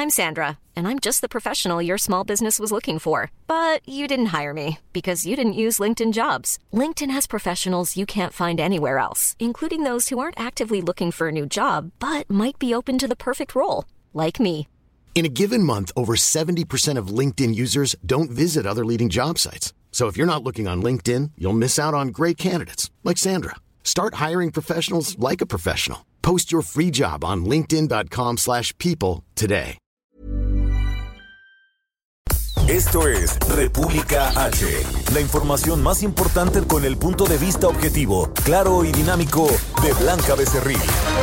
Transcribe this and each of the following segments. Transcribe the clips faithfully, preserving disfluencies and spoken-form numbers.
I'm Sandra, and I'm just the professional your small business was looking for. But you didn't hire me because you didn't use LinkedIn Jobs. LinkedIn has professionals you can't find anywhere else, including those who aren't actively looking for a new job, but might be open to the perfect role, like me. In a given month, over seventy percent of LinkedIn users don't visit other leading job sites. So if you're not looking on LinkedIn, you'll miss out on great candidates like Sandra. Start hiring professionals like a professional. Post your free job on linkedin dot com slash people today. Esto es República H, la información más importante con el punto de vista objetivo, claro y dinámico de Blanca Becerril.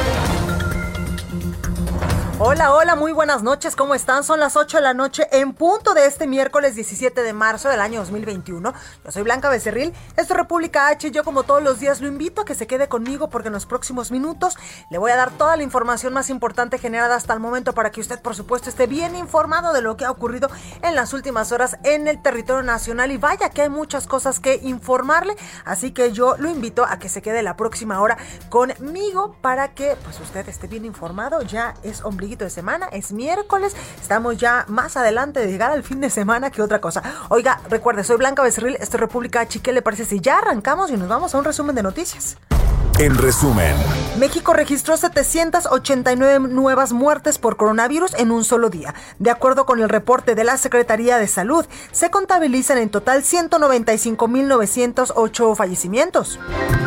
Hola, hola, muy buenas noches, ¿cómo están? Son las ocho de la noche en punto de este miércoles diecisiete de marzo del año dos mil veintiuno. Yo soy Blanca Becerril, esto es República H y yo como todos los días lo invito a que se quede conmigo porque en los próximos minutos le voy a dar toda la información más importante generada hasta el momento para que usted, por supuesto, esté bien informado de lo que ha ocurrido en las últimas horas en el territorio nacional. Y vaya que hay muchas cosas que informarle, así que yo lo invito a que se quede la próxima hora conmigo para que pues usted esté bien informado. Ya es ombligo de semana, es miércoles, estamos ya más adelante de llegar al fin de semana que otra cosa. Oiga, recuerde, soy Blanca Becerril, esto es República H. ¿Qué le parece si ya arrancamos y nos vamos a un resumen de noticias? En resumen, México registró setecientas ochenta y nueve nuevas muertes por coronavirus en un solo día. De acuerdo con el reporte de la Secretaría de Salud, se contabilizan en total ciento noventa y cinco mil novecientos ocho fallecimientos.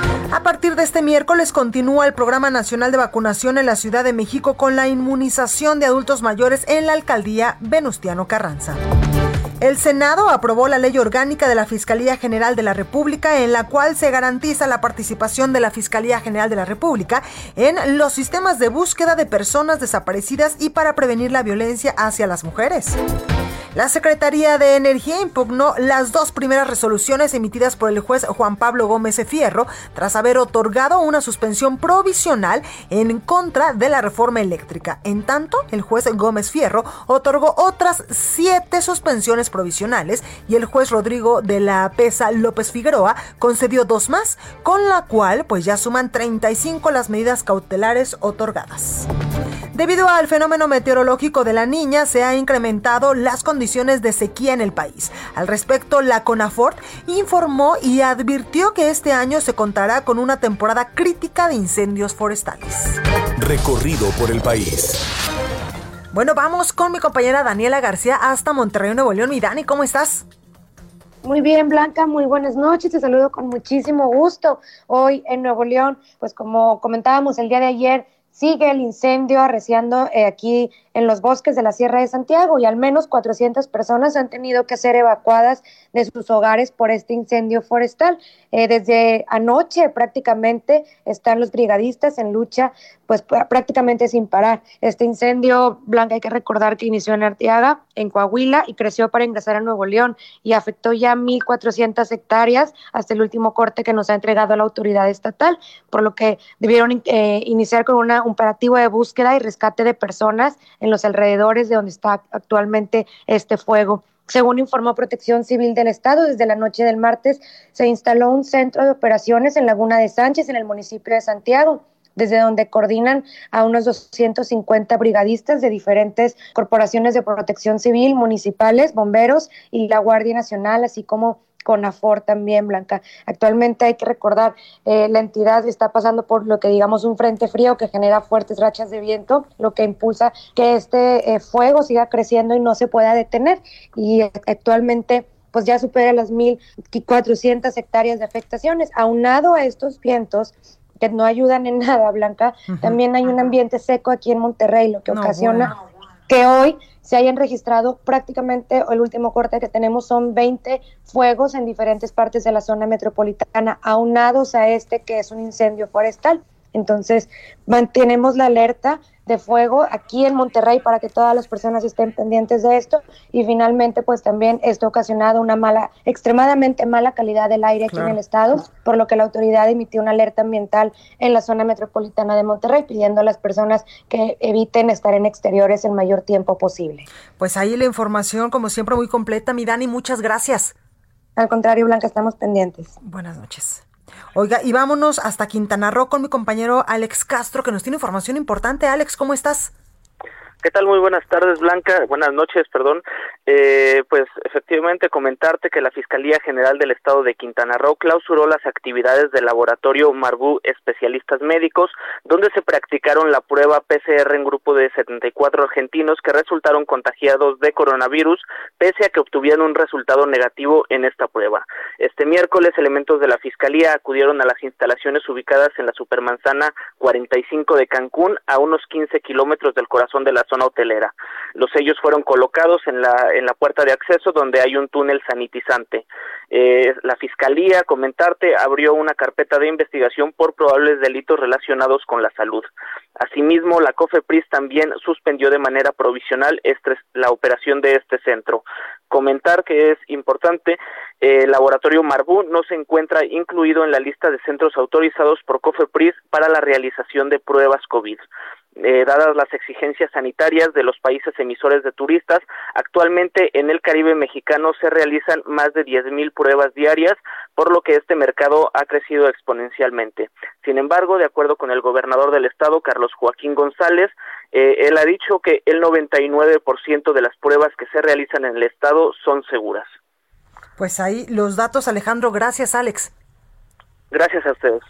A partir de este miércoles continúa el Programa Nacional de Vacunación en la Ciudad de México con la inmunización de adultos mayores en la alcaldía Venustiano Carranza. El Senado aprobó la Ley Orgánica de la Fiscalía General de la República, en la cual se garantiza la participación de la Fiscalía General de la República en los sistemas de búsqueda de personas desaparecidas y para prevenir la violencia hacia las mujeres. La Secretaría de Energía impugnó las dos primeras resoluciones emitidas por el juez Juan Pablo Gómez Fierro tras haber otorgado una suspensión provisional en contra de la reforma eléctrica. En tanto, el juez Gómez Fierro otorgó otras siete suspensiones provisionales y el juez Rodrigo de la Pesa López Figueroa concedió dos más, con la cual pues ya suman treinta y cinco las medidas cautelares otorgadas. Debido al fenómeno meteorológico de la Niña, se han incrementado las condiciones de sequía en el país. Al respecto, la CONAFORT informó y advirtió que este año se contará con una temporada crítica de incendios forestales. Recorrido por el país. Bueno, vamos con mi compañera Daniela García hasta Monterrey, Nuevo León. Mi Dani, ¿cómo estás? Muy bien, Blanca, muy buenas noches, te saludo con muchísimo gusto. Hoy en Nuevo León, pues como comentábamos el día de ayer, sigue el incendio arreciando eh, aquí en los bosques de la Sierra de Santiago y al menos cuatrocientas personas han tenido que ser evacuadas de sus hogares por este incendio forestal. Eh, desde anoche prácticamente están los brigadistas en lucha, pues prácticamente sin parar. Este incendio, Blanca, hay que recordar que inició en Arteaga, en Coahuila, y creció para ingresar a Nuevo León y afectó ya mil cuatrocientas hectáreas hasta el último corte que nos ha entregado la autoridad estatal, por lo que debieron eh, iniciar con una, un operativo de búsqueda y rescate de personas en los alrededores de donde está actualmente este fuego. Según informó Protección Civil del Estado, desde la noche del martes se instaló un centro de operaciones en Laguna de Sánchez, en el municipio de Santiago, desde donde coordinan a unos doscientos cincuenta brigadistas de diferentes corporaciones de protección civil, municipales, bomberos y la Guardia Nacional, así como CONAFOR también, Blanca. Actualmente hay que recordar, eh, la entidad está pasando por lo que digamos un frente frío que genera fuertes rachas de viento, lo que impulsa que este eh, fuego siga creciendo y no se pueda detener. Y eh, actualmente pues ya supera las mil cuatrocientas hectáreas de afectaciones. Aunado a estos vientos que no ayudan en nada, Blanca, uh-huh. También hay un ambiente seco aquí en Monterrey, lo que no, ocasiona bueno. que hoy se hayan registrado prácticamente, el último corte que tenemos son veinte fuegos en diferentes partes de la zona metropolitana, aunados a este que es un incendio forestal. Entonces, mantenemos la alerta de fuego aquí en Monterrey para que todas las personas estén pendientes de esto, y finalmente pues también esto ha ocasionado una mala, extremadamente mala calidad del aire aquí claro. en el estado, por lo que la autoridad emitió una alerta ambiental en la zona metropolitana de Monterrey, pidiendo a las personas que eviten estar en exteriores el mayor tiempo posible. Pues ahí la información, como siempre, muy completa, mi Dani, muchas gracias. Al contrario, Blanca, estamos pendientes. Buenas noches. Oiga, y vámonos hasta Quintana Roo con mi compañero Alex Castro, que nos tiene información importante. Alex, ¿cómo estás? ¿Qué tal? Muy buenas tardes, Blanca. Buenas noches, perdón. Eh, pues efectivamente comentarte que la Fiscalía General del Estado de Quintana Roo clausuró las actividades del laboratorio Marbú Especialistas Médicos, donde se practicaron la prueba P C R en grupo de setenta y cuatro argentinos que resultaron contagiados de coronavirus, pese a que obtuvieron un resultado negativo en esta prueba. Este miércoles, elementos de la Fiscalía acudieron a las instalaciones ubicadas en la Supermanzana cuarenta y cinco de Cancún, a unos quince kilómetros del corazón de la zona hotelera. Los sellos fueron colocados en la en la puerta de acceso, donde hay un túnel sanitizante. Eh, la Fiscalía, comentarte, abrió una carpeta de investigación por probables delitos relacionados con la salud. Asimismo, la COFEPRIS también suspendió de manera provisional este, la operación de este centro. Comentar que es importante, eh, el laboratorio Marbú no se encuentra incluido en la lista de centros autorizados por COFEPRIS para la realización de pruebas COVID. Eh, dadas las exigencias sanitarias de los países emisores de turistas, actualmente en el Caribe mexicano se realizan más de diez mil pruebas diarias, por lo que este mercado ha crecido exponencialmente. Sin embargo, de acuerdo con el gobernador del estado, Carlos Joaquín González, eh, él ha dicho que el noventa y nueve por ciento de las pruebas que se realizan en el estado son seguras. Pues ahí los datos, Alejandro. Gracias, Alex. Gracias a ustedes.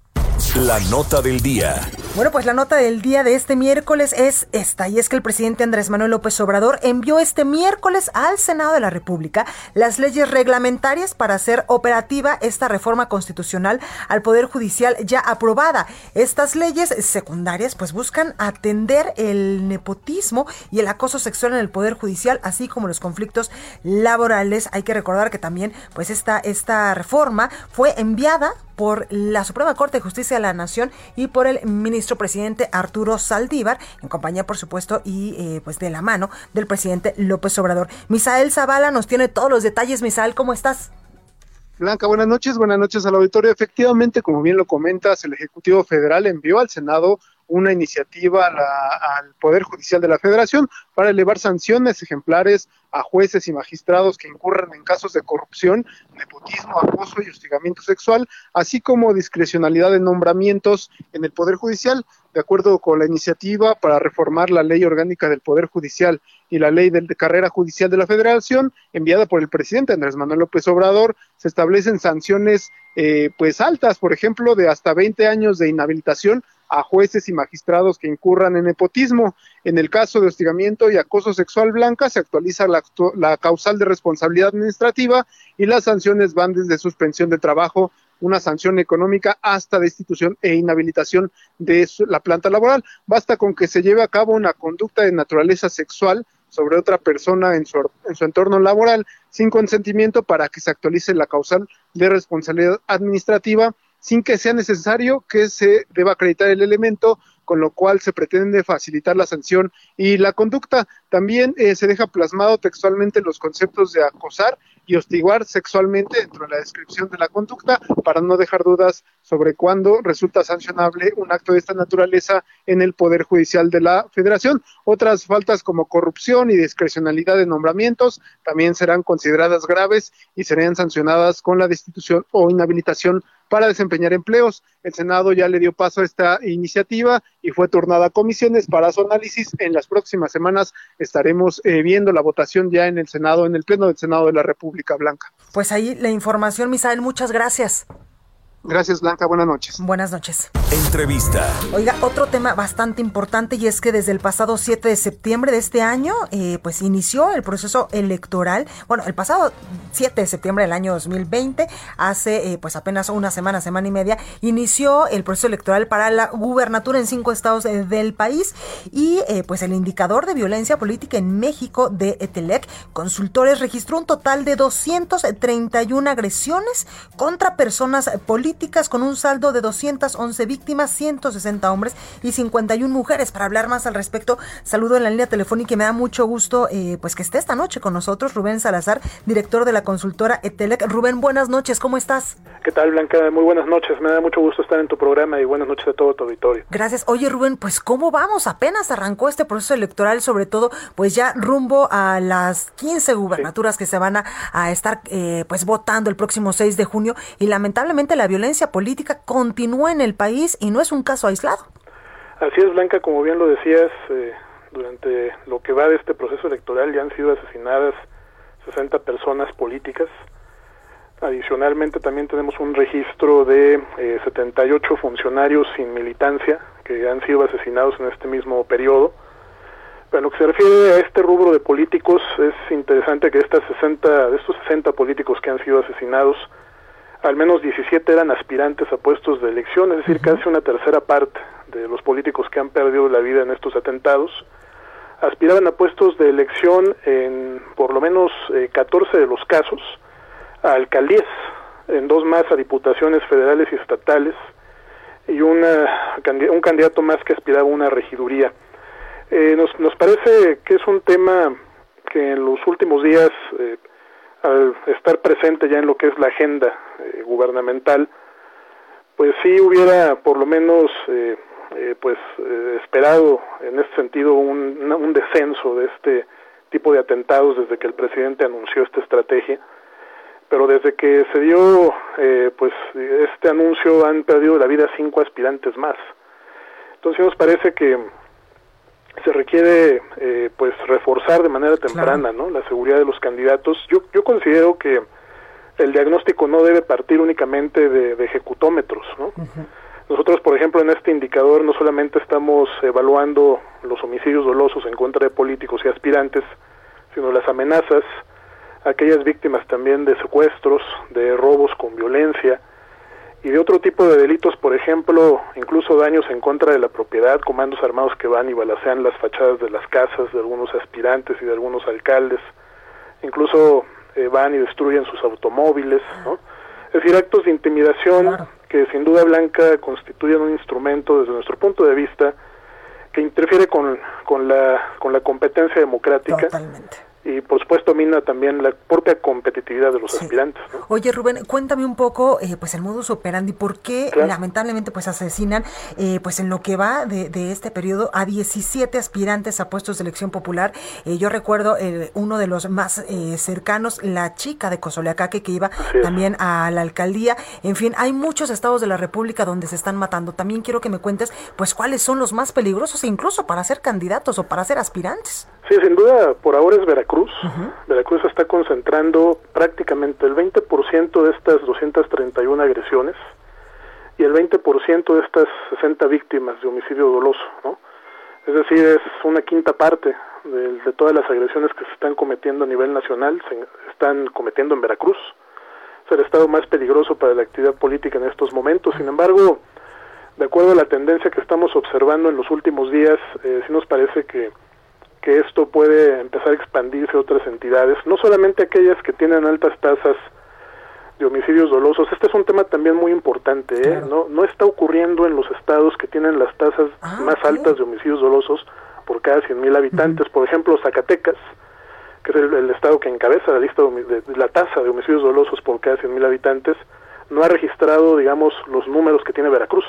La nota del día. Bueno, pues la nota del día de este miércoles es esta, y es que el presidente Andrés Manuel López Obrador envió este miércoles al Senado de la República las leyes reglamentarias para hacer operativa esta reforma constitucional al Poder Judicial ya aprobada. Estas leyes secundarias pues buscan atender el nepotismo y el acoso sexual en el Poder Judicial, así como los conflictos laborales. Hay que recordar que también pues esta, esta reforma fue enviada por la Suprema Corte de Justicia de la Nación y por el ministro presidente Arturo Saldívar, en compañía, por supuesto, y eh, pues de la mano del presidente López Obrador. Misael Zavala nos tiene todos los detalles. Misael, ¿cómo estás? Blanca, buenas noches, buenas noches al auditorio. Efectivamente, como bien lo comentas, el Ejecutivo Federal envió al Senado una iniciativa a la, al Poder Judicial de la Federación para elevar sanciones ejemplares a jueces y magistrados que incurran en casos de corrupción, nepotismo, acoso y hostigamiento sexual, así como discrecionalidad de nombramientos en el Poder Judicial. De acuerdo con la iniciativa para reformar la Ley Orgánica del Poder Judicial y la Ley de Carrera Judicial de la Federación, enviada por el presidente Andrés Manuel López Obrador, se establecen sanciones eh, pues altas, por ejemplo, de hasta veinte años de inhabilitación a jueces y magistrados que incurran en nepotismo. En el caso de hostigamiento y acoso sexual, Blanca, se actualiza la, la causal de responsabilidad administrativa y las sanciones van desde suspensión de trabajo, una sanción económica, hasta destitución e inhabilitación de la planta laboral. Basta con que se lleve a cabo una conducta de naturaleza sexual sobre otra persona en su, en su entorno laboral sin consentimiento para que se actualice la causal de responsabilidad administrativa, sin que sea necesario que se deba acreditar el elemento, con lo cual se pretende facilitar la sanción y la conducta. También eh, se deja plasmado textualmente los conceptos de acosar y hostigar sexualmente dentro de la descripción de la conducta, para no dejar dudas sobre cuándo resulta sancionable un acto de esta naturaleza en el Poder Judicial de la Federación. Otras faltas como corrupción y discrecionalidad de nombramientos también serán consideradas graves y serían sancionadas con la destitución o inhabilitación para desempeñar empleos. El Senado ya le dio paso a esta iniciativa y fue turnada a comisiones para su análisis. En las próximas semanas estaremos eh, viendo la votación ya en el Senado, en el Pleno del Senado de la República, Blanca. Pues ahí la información, Misael, muchas gracias. Gracias, Blanca, buenas noches. Buenas noches. Entrevista. Oiga, otro tema bastante importante, y es que desde el pasado siete de septiembre de este año, eh, pues inició el proceso electoral. Bueno, el pasado siete de septiembre del año dos mil veinte, hace eh, pues apenas una semana, semana y media, inició el proceso electoral para la gubernatura en cinco estados eh, del país, y eh, pues el indicador de violencia política en México de ETELEC Consultores registró un total de doscientas treinta y una agresiones contra personas políticas, con un saldo de doscientas once víctimas, ciento sesenta hombres y cincuenta y una mujeres. Para hablar más al respecto, saludo en la línea telefónica y me da mucho gusto eh, pues que esté esta noche con nosotros Rubén Salazar, director de la consultora ETELEC. Rubén, buenas noches, ¿cómo estás? ¿Qué tal, Blanca? Muy buenas noches, me da mucho gusto estar en tu programa y buenas noches a todo tu auditorio. Gracias. Oye, Rubén, pues ¿cómo vamos? Apenas arrancó este proceso electoral, sobre todo pues ya rumbo a las quince gubernaturas sí. que se van a, a estar eh, pues votando el próximo seis de junio, y lamentablemente la violencia política continúa en el país y no es un caso aislado. Así es, Blanca, como bien lo decías, eh, durante lo que va de este proceso electoral ya han sido asesinadas sesenta personas políticas. Adicionalmente también tenemos un registro de eh, setenta y ocho funcionarios sin militancia que han sido asesinados en este mismo periodo. En lo que se refiere a este rubro de políticos, es interesante que estas sesenta, de estos sesenta políticos que han sido asesinados, al menos diecisiete eran aspirantes a puestos de elección, es decir, uh-huh. casi una tercera parte de los políticos que han perdido la vida en estos atentados aspiraban a puestos de elección en por lo menos eh, catorce de los casos, a alcaldías, en dos más a diputaciones federales y estatales, y una, un candidato más que aspiraba a una regiduría. Eh, nos, nos parece que es un tema que en los últimos días, eh, al estar presente ya en lo que es la agenda eh, gubernamental, pues sí hubiera por lo menos eh, eh, pues eh, esperado en este sentido un, un descenso de este tipo de atentados desde que el presidente anunció esta estrategia, pero desde que se dio eh, pues este anuncio han perdido la vida cinco aspirantes más. Entonces nos parece que se requiere eh, pues reforzar de manera temprana, claro, ¿no?, la seguridad de los candidatos. Yo yo considero que el diagnóstico no debe partir únicamente de, de ejecutómetros, ¿no? Uh-huh. Nosotros, por ejemplo, en este indicador no solamente estamos evaluando los homicidios dolosos en contra de políticos y aspirantes, sino las amenazas, aquellas víctimas también de secuestros, de robos con violencia y de otro tipo de delitos, por ejemplo, incluso daños en contra de la propiedad, comandos armados que van y balacean las fachadas de las casas de algunos aspirantes y de algunos alcaldes, incluso eh, van y destruyen sus automóviles, ¿no? Es decir, actos de intimidación, claro, que sin duda, Blanca, constituyen un instrumento desde nuestro punto de vista que interfiere con, con la con la competencia democrática. Totalmente. Y por supuesto mina también la propia competitividad de los sí. aspirantes, ¿no? Oye, Rubén, cuéntame un poco eh, pues el modus operandi, ¿por qué claro. lamentablemente pues asesinan eh, pues en lo que va de, de este periodo a diecisiete aspirantes a puestos de elección popular? Eh, yo recuerdo eh, uno de los más eh, cercanos, la chica de Cozoleacaque, que iba también a la alcaldía. En fin, hay muchos estados de la República donde se están matando. También quiero que me cuentes pues cuáles son los más peligrosos, incluso para ser candidatos o para ser aspirantes. Sí, sin duda, por ahora es Veracruz. Uh-huh. Veracruz está concentrando prácticamente el veinte por ciento de estas doscientas treinta y una agresiones y el veinte por ciento de estas sesenta víctimas de homicidio doloso, ¿no? Es decir, es una quinta parte de, de todas las agresiones que se están cometiendo a nivel nacional, se están cometiendo en Veracruz. Es el estado más peligroso para la actividad política en estos momentos. Sin embargo, de acuerdo a la tendencia que estamos observando en los últimos días, eh, sí nos parece que que esto puede empezar a expandirse a otras entidades, no solamente aquellas que tienen altas tasas de homicidios dolosos. Este es un tema también muy importante, ¿eh? Claro. No, no está ocurriendo en los estados que tienen las tasas ah, más ¿qué? altas de homicidios dolosos por cada cien mil habitantes. Uh-huh. Por ejemplo, Zacatecas, que es el, el estado que encabeza la lista de, de, de la tasa de homicidios dolosos por cada cien mil habitantes, no ha registrado, digamos, los números que tiene Veracruz.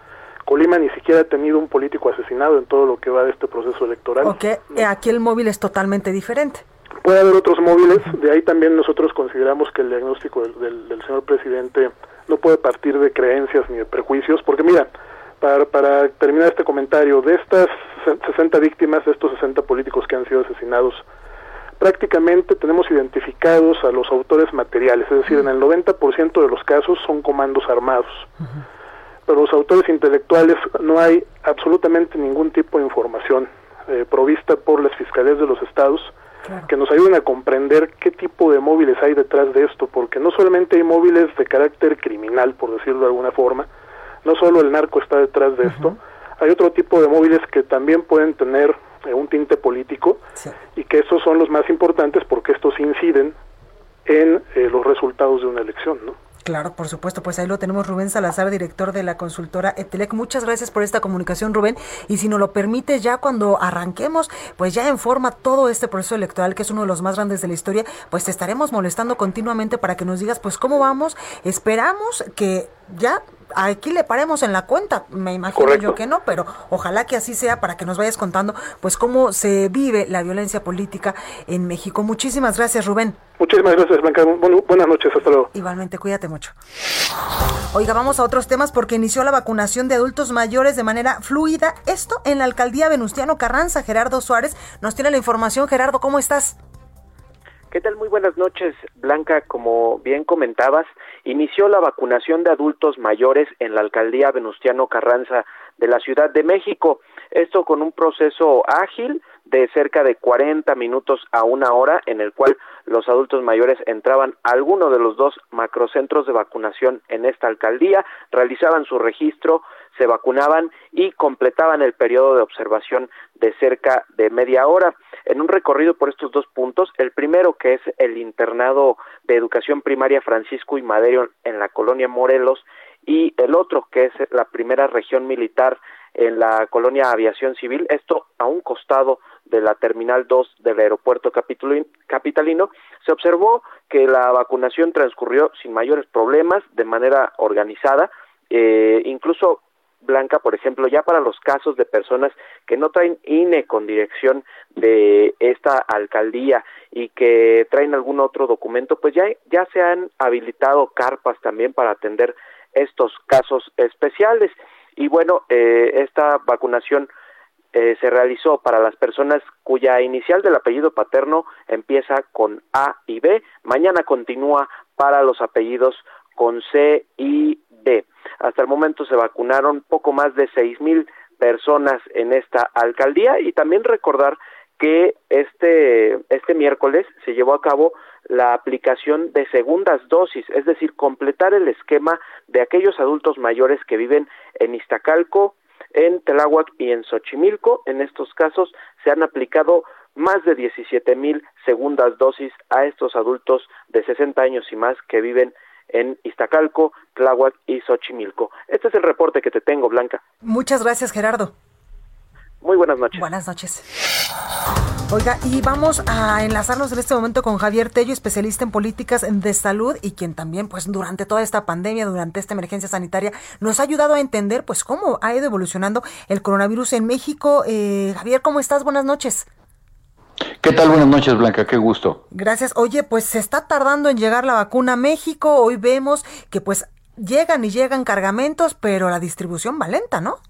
Colima ni siquiera ha tenido un político asesinado en todo lo que va de este proceso electoral. Ok, ¿no? Aquí el móvil es totalmente diferente. Puede haber otros móviles, de ahí también nosotros consideramos que el diagnóstico del, del, del señor presidente no puede partir de creencias ni de prejuicios, porque mira, para, para terminar este comentario, de estas sesenta víctimas, de estos sesenta políticos que han sido asesinados, prácticamente tenemos identificados a los autores materiales, es decir, uh-huh. en el noventa por ciento de los casos son comandos armados. Uh-huh. Pero los autores intelectuales no hay absolutamente ningún tipo de información eh, provista por las fiscalías de los estados, claro, que nos ayuden a comprender qué tipo de móviles hay detrás de esto, porque no solamente hay móviles de carácter criminal, por decirlo de alguna forma, no solo el narco está detrás de uh-huh. esto, hay otro tipo de móviles que también pueden tener eh, un tinte político, sí, y que estos son los más importantes porque estos inciden en eh, los resultados de una elección, ¿no? Claro, por supuesto, pues ahí lo tenemos, Rubén Salazar, director de la consultora Etelec. Muchas gracias por esta comunicación, Rubén, y si nos lo permite, ya cuando arranquemos, pues ya en forma todo este proceso electoral, que es uno de los más grandes de la historia, pues te estaremos molestando continuamente para que nos digas, pues cómo vamos. Esperamos que ya aquí le paremos en la cuenta, me imagino Correcto. yo que no, pero ojalá que así sea, para que nos vayas contando pues cómo se vive la violencia política en México. Muchísimas gracias, Rubén. Muchísimas gracias, Blanca. Bueno, buenas noches, hasta luego. Igualmente, cuídate mucho. Oiga, vamos a otros temas porque inició la vacunación de adultos mayores de manera fluida. Esto en la alcaldía Venustiano Carranza. Gerardo Suárez nos tiene la información. Gerardo, ¿cómo estás? ¿Qué tal? Muy buenas noches, Blanca. Como bien comentabas, inició la vacunación de adultos mayores en la alcaldía Venustiano Carranza de la Ciudad de México. Esto con un proceso ágil de cerca de cuarenta minutos a una hora, en el cual los adultos mayores entraban a alguno de los dos macrocentros de vacunación en esta alcaldía, realizaban su registro, se vacunaban y completaban el periodo de observación de cerca de media hora. En un recorrido por estos dos puntos, el primero, que es el internado de educación primaria Francisco I. Madero en la colonia Morelos, y el otro, que es la primera región militar en la colonia Aviación Civil, esto a un costado de la Terminal dos del aeropuerto capitalino, se observó que la vacunación transcurrió sin mayores problemas, de manera organizada, eh, incluso, Blanca, por ejemplo, ya para los casos de personas que no traen I N E con dirección de esta alcaldía y que traen algún otro documento, pues ya, ya se han habilitado carpas también para atender estos casos especiales. Y bueno, eh, esta vacunación eh, se realizó para las personas cuya inicial del apellido paterno empieza con A y B. Mañana continúa para los apellidos con C y D. Hasta el momento se vacunaron poco más de seis mil personas en esta alcaldía, y también recordar que este, este miércoles se llevó a cabo la aplicación de segundas dosis, es decir, completar el esquema de aquellos adultos mayores que viven en Iztacalco, en Tláhuac y en Xochimilco. En estos casos se han aplicado más de diecisiete mil segundas dosis a estos adultos de sesenta años y más que viven en Iztacalco, Tláhuac y Xochimilco. Este es el reporte que te tengo, Blanca. Muchas gracias, Gerardo. Muy buenas noches. Buenas noches. Oiga, y vamos a enlazarnos en este momento con Javier Tello, especialista en políticas de salud y quien también, pues, durante toda esta pandemia, durante esta emergencia sanitaria, nos ha ayudado a entender, pues, cómo ha ido evolucionando el coronavirus en México. Eh, Javier, ¿cómo estás? Buenas noches. ¿Qué tal? Buenas noches, Blanca, qué gusto. Gracias. Oye, pues se está tardando en llegar la vacuna a México. Hoy vemos que pues llegan y llegan cargamentos, pero la distribución va lenta, ¿no?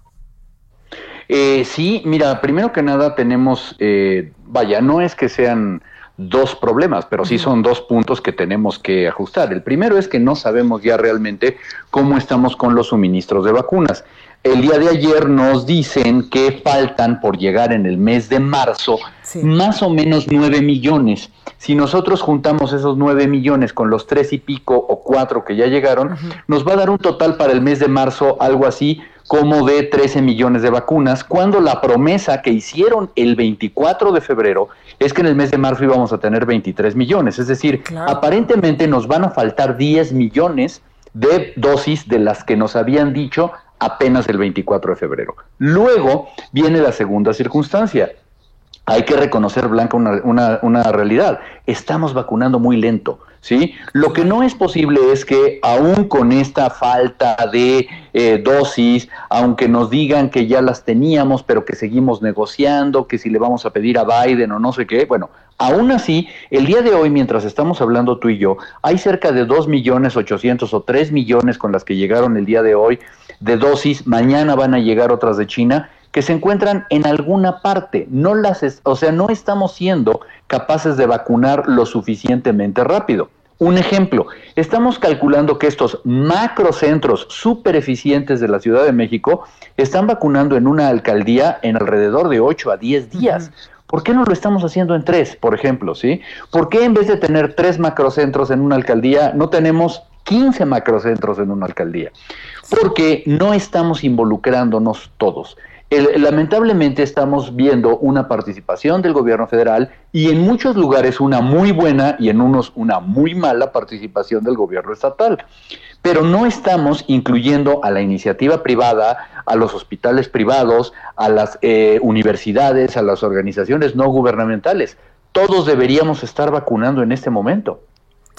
Eh, sí, mira, primero que nada tenemos, eh, vaya, no es que sean dos problemas, pero sí son dos puntos que tenemos que ajustar. El primero es que no sabemos ya realmente cómo estamos con los suministros de vacunas. El día de ayer nos dicen que faltan por llegar en el mes de marzo sí. más o menos nueve millones. Si nosotros juntamos esos nueve millones con los tres y pico o cuatro que ya llegaron, uh-huh. nos va a dar un total para el mes de marzo algo así como de trece millones de vacunas, cuando la promesa que hicieron el veinticuatro de febrero es que en el mes de marzo íbamos a tener veintitrés millones. Es decir, claro. aparentemente nos van a faltar diez millones de dosis de las que nos habían dicho apenas el veinticuatro de febrero. Luego viene la segunda circunstancia. Hay que reconocer, Blanca, una, una, una realidad. Estamos vacunando muy lento, ¿sí? Lo que no es posible es que, aún con esta falta de eh, dosis, aunque nos digan que ya las teníamos, pero que seguimos negociando, que si le vamos a pedir a Biden o no sé qué, bueno, aún así, el día de hoy, mientras estamos hablando tú y yo, hay cerca de dos millones ochocientos o tres millones con las que llegaron el día de hoy de dosis. Mañana van a llegar otras de China, que se encuentran en alguna parte, no las, es, o sea, no estamos siendo capaces de vacunar lo suficientemente rápido. Un ejemplo, estamos calculando que estos macrocentros súper eficientes de la Ciudad de México están vacunando en una alcaldía en alrededor de ocho a diez días. Uh-huh. ¿Por qué no lo estamos haciendo en tres, por ejemplo, sí? ¿Por qué en vez de tener tres macrocentros en una alcaldía, no tenemos quince macrocentros en una alcaldía? Porque no estamos involucrándonos todos. El, lamentablemente estamos viendo una participación del gobierno federal y en muchos lugares una muy buena y en unos una muy mala participación del gobierno estatal. Pero no estamos incluyendo a la iniciativa privada, a los hospitales privados, a las eh, universidades, a las organizaciones no gubernamentales. Todos deberíamos estar vacunando en este momento.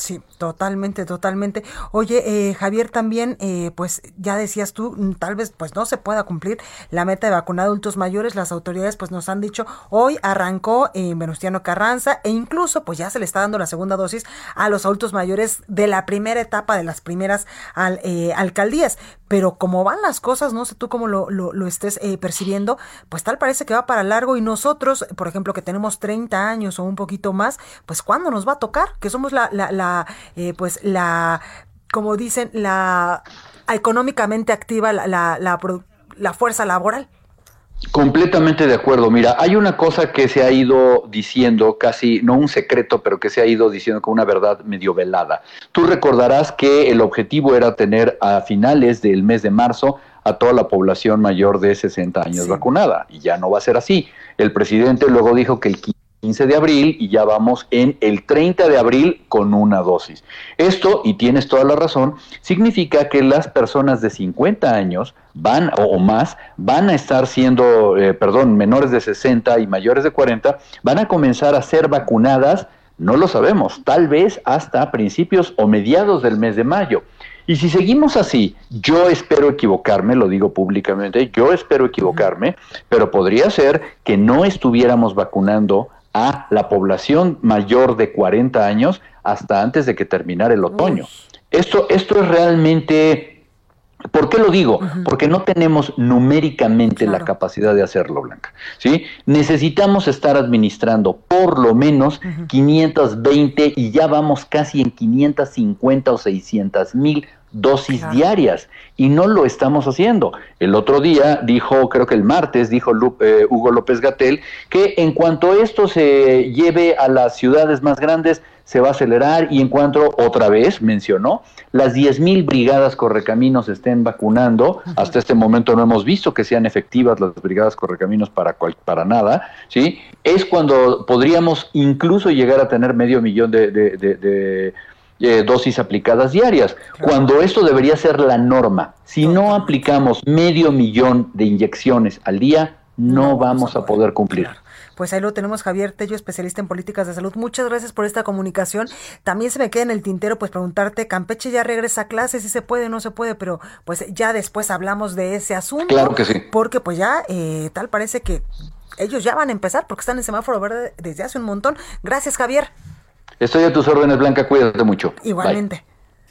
Sí, totalmente, totalmente. Oye, eh, Javier, también, eh, pues ya decías tú, tal vez pues no se pueda cumplir la meta de vacunar adultos mayores. Las autoridades pues nos han dicho, hoy arrancó en Venustiano Carranza e incluso pues ya se le está dando la segunda dosis a los adultos mayores de la primera etapa, de las primeras al, eh, alcaldías. Pero como van las cosas, no sé tú cómo lo, lo, lo estés eh, percibiendo, pues tal parece que va para largo y nosotros, por ejemplo, que tenemos treinta años o un poquito más, pues ¿cuándo nos va a tocar? Que somos la, la, la Eh, pues la, como dicen, la económicamente activa, la, la, la, la fuerza laboral. Completamente de acuerdo. Mira, hay una cosa que se ha ido diciendo, casi no un secreto, pero que se ha ido diciendo con una verdad medio velada. Tú recordarás que el objetivo era tener a finales del mes de marzo a toda la población mayor de sesenta años sí. vacunada, y ya no va a ser así. El presidente luego dijo que el quince de abril y ya vamos en el treinta de abril con una dosis. Esto, y tienes toda la razón, significa que las personas de cincuenta años van o, o más van a estar siendo, eh, perdón, menores de sesenta y mayores de cuarenta, van a comenzar a ser vacunadas, no lo sabemos, tal vez hasta principios o mediados del mes de mayo. Y si seguimos así, yo espero equivocarme, lo digo públicamente, yo espero equivocarme, pero podría ser que no estuviéramos vacunando a la población mayor de cuarenta años hasta antes de que terminara el otoño. Esto, esto es realmente... ¿Por qué lo digo? Uh-huh. Porque no tenemos numéricamente claro. la capacidad de hacerlo, Blanca, ¿sí? Necesitamos estar administrando por lo menos uh-huh. quinientas veinte y ya vamos casi en quinientas cincuenta o seiscientas mil dosis claro. diarias, y no lo estamos haciendo. El otro día dijo, creo que el martes, dijo eh, Hugo López-Gatell, que en cuanto esto se lleve a las ciudades más grandes, se va a acelerar, y en cuanto, otra vez, mencionó, las diez mil brigadas correcaminos estén vacunando. Uh-huh. Hasta este momento no hemos visto que sean efectivas las brigadas correcaminos para, cual, para nada, ¿sí? Es cuando podríamos incluso llegar a tener medio millón de... de, de, de Eh, dosis aplicadas diarias, claro. cuando esto debería ser la norma. Si no aplicamos medio millón de inyecciones al día, no, no vamos a poder cumplir. Claro. Pues ahí lo tenemos, Javier Tello, especialista en políticas de salud. Muchas gracias por esta comunicación. También se me queda en el tintero pues preguntarte, Campeche ya regresa a clases, si se puede, no se puede, pero pues ya después hablamos de ese asunto. Claro que sí. Porque pues ya eh, tal parece que ellos ya van a empezar porque están en semáforo verde desde hace un montón. Gracias, Javier. Estoy a tus órdenes, Blanca, cuídate mucho. Igualmente.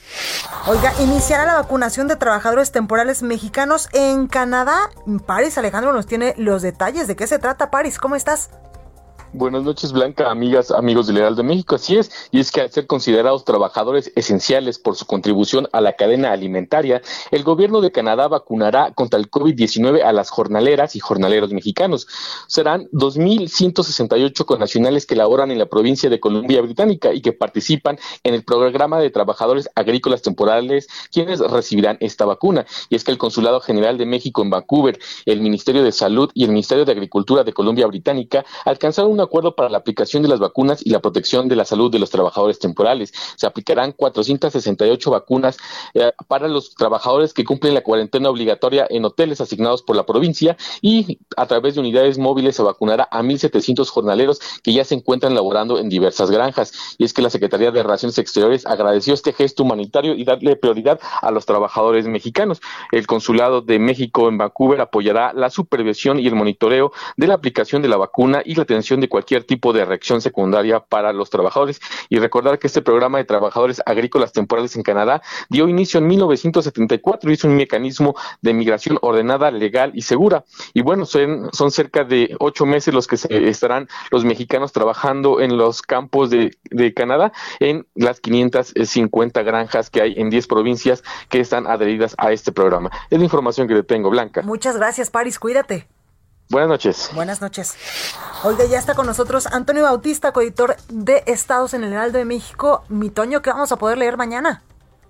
Bye. Oiga, iniciará la vacunación de trabajadores temporales mexicanos en Canadá. Paris Alejandro nos tiene los detalles. ¿De qué se trata, Paris? ¿Cómo estás? Buenas noches, Blanca, amigas, amigos del Heraldo de México. Así es, y es que al ser considerados trabajadores esenciales por su contribución a la cadena alimentaria, el gobierno de Canadá vacunará contra el covid diecinueve a las jornaleras y jornaleros mexicanos. Serán dos mil ciento sesenta y ocho connacionales que laboran en la provincia de Columbia Británica y que participan en el programa de trabajadores agrícolas temporales, quienes recibirán esta vacuna. Y es que el Consulado General de México en Vancouver, el Ministerio de Salud y el Ministerio de Agricultura de Columbia Británica alcanzaron un acuerdo para la aplicación de las vacunas y la protección de la salud de los trabajadores temporales. Se aplicarán cuatrocientas sesenta y ocho vacunas eh, para los trabajadores que cumplen la cuarentena obligatoria en hoteles asignados por la provincia, y a través de unidades móviles se vacunará a mil setecientos jornaleros que ya se encuentran laborando en diversas granjas. Y es que la Secretaría de Relaciones Exteriores agradeció este gesto humanitario y darle prioridad a los trabajadores mexicanos. El Consulado de México en Vancouver apoyará la supervisión y el monitoreo de la aplicación de la vacuna y la atención de cualquier tipo de reacción secundaria para los trabajadores. Y recordar que este programa de trabajadores agrícolas temporales en Canadá dio inicio en mil novecientos setenta y cuatro y es un mecanismo de migración ordenada, legal y segura. Y bueno, son, son cerca de ocho meses los que se estarán los mexicanos trabajando en los campos de, de Canadá, en las quinientas cincuenta granjas que hay en diez provincias que están adheridas a este programa. Es la información que te tengo, Blanca. Muchas gracias, Paris, cuídate. Buenas noches. Buenas noches. Oiga, ya está con nosotros Antonio Bautista, coeditor de Estados en el Heraldo de México. Mi Toño, ¿qué vamos a poder leer mañana?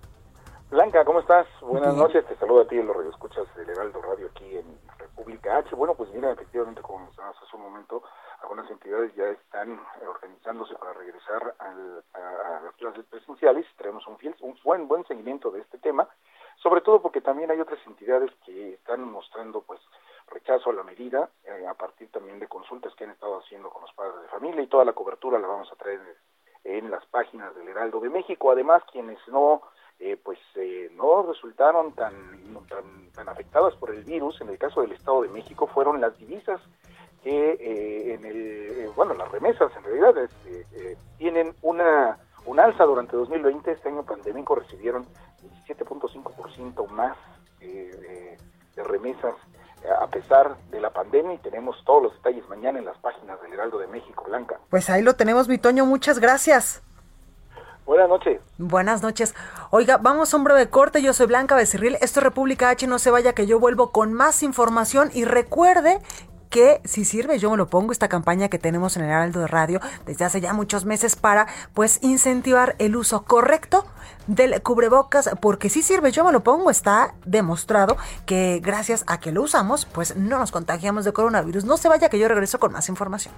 Blanca, ¿cómo estás? Buenas Bien. noches, te saludo a ti en los radioescuchas del Heraldo Radio aquí en República H. Bueno, pues mira, efectivamente, como mencionamos hace un momento, algunas entidades ya están organizándose para regresar al, a, a las clases presenciales. Tenemos un, fiel, un buen, buen seguimiento de este tema, sobre todo porque también hay otras entidades que están mostrando, pues, rechazo a la medida, eh, a partir también de consultas que han estado haciendo con los padres de familia, y toda la cobertura la vamos a traer en las páginas del Heraldo de México. Además, quienes no eh, pues eh, no resultaron tan, tan tan afectadas por el virus, en el caso del Estado de México, fueron las divisas que eh, en el eh, bueno las remesas en realidad este, eh, tienen una un alza durante dos mil veinte. Este año pandémico recibieron diecisiete punto cinco por ciento más eh, de, de remesas a pesar de la pandemia, y tenemos todos los detalles mañana en las páginas del Heraldo de México. Blanca. Pues ahí lo tenemos, mi Toño, muchas gracias. Buenas noches. Buenas noches. Oiga, vamos a un breve corte. Yo soy Blanca Becerril. Esto es República H. No se vaya, que yo vuelvo con más información. Y recuerde que si sirve, yo me lo pongo, esta campaña que tenemos en el Heraldo de Radio desde hace ya muchos meses para, pues, incentivar el uso correcto del cubrebocas, porque si sirve, yo me lo pongo. Está demostrado que gracias a que lo usamos, pues no nos contagiamos de coronavirus. No se vaya, que yo regreso con más información.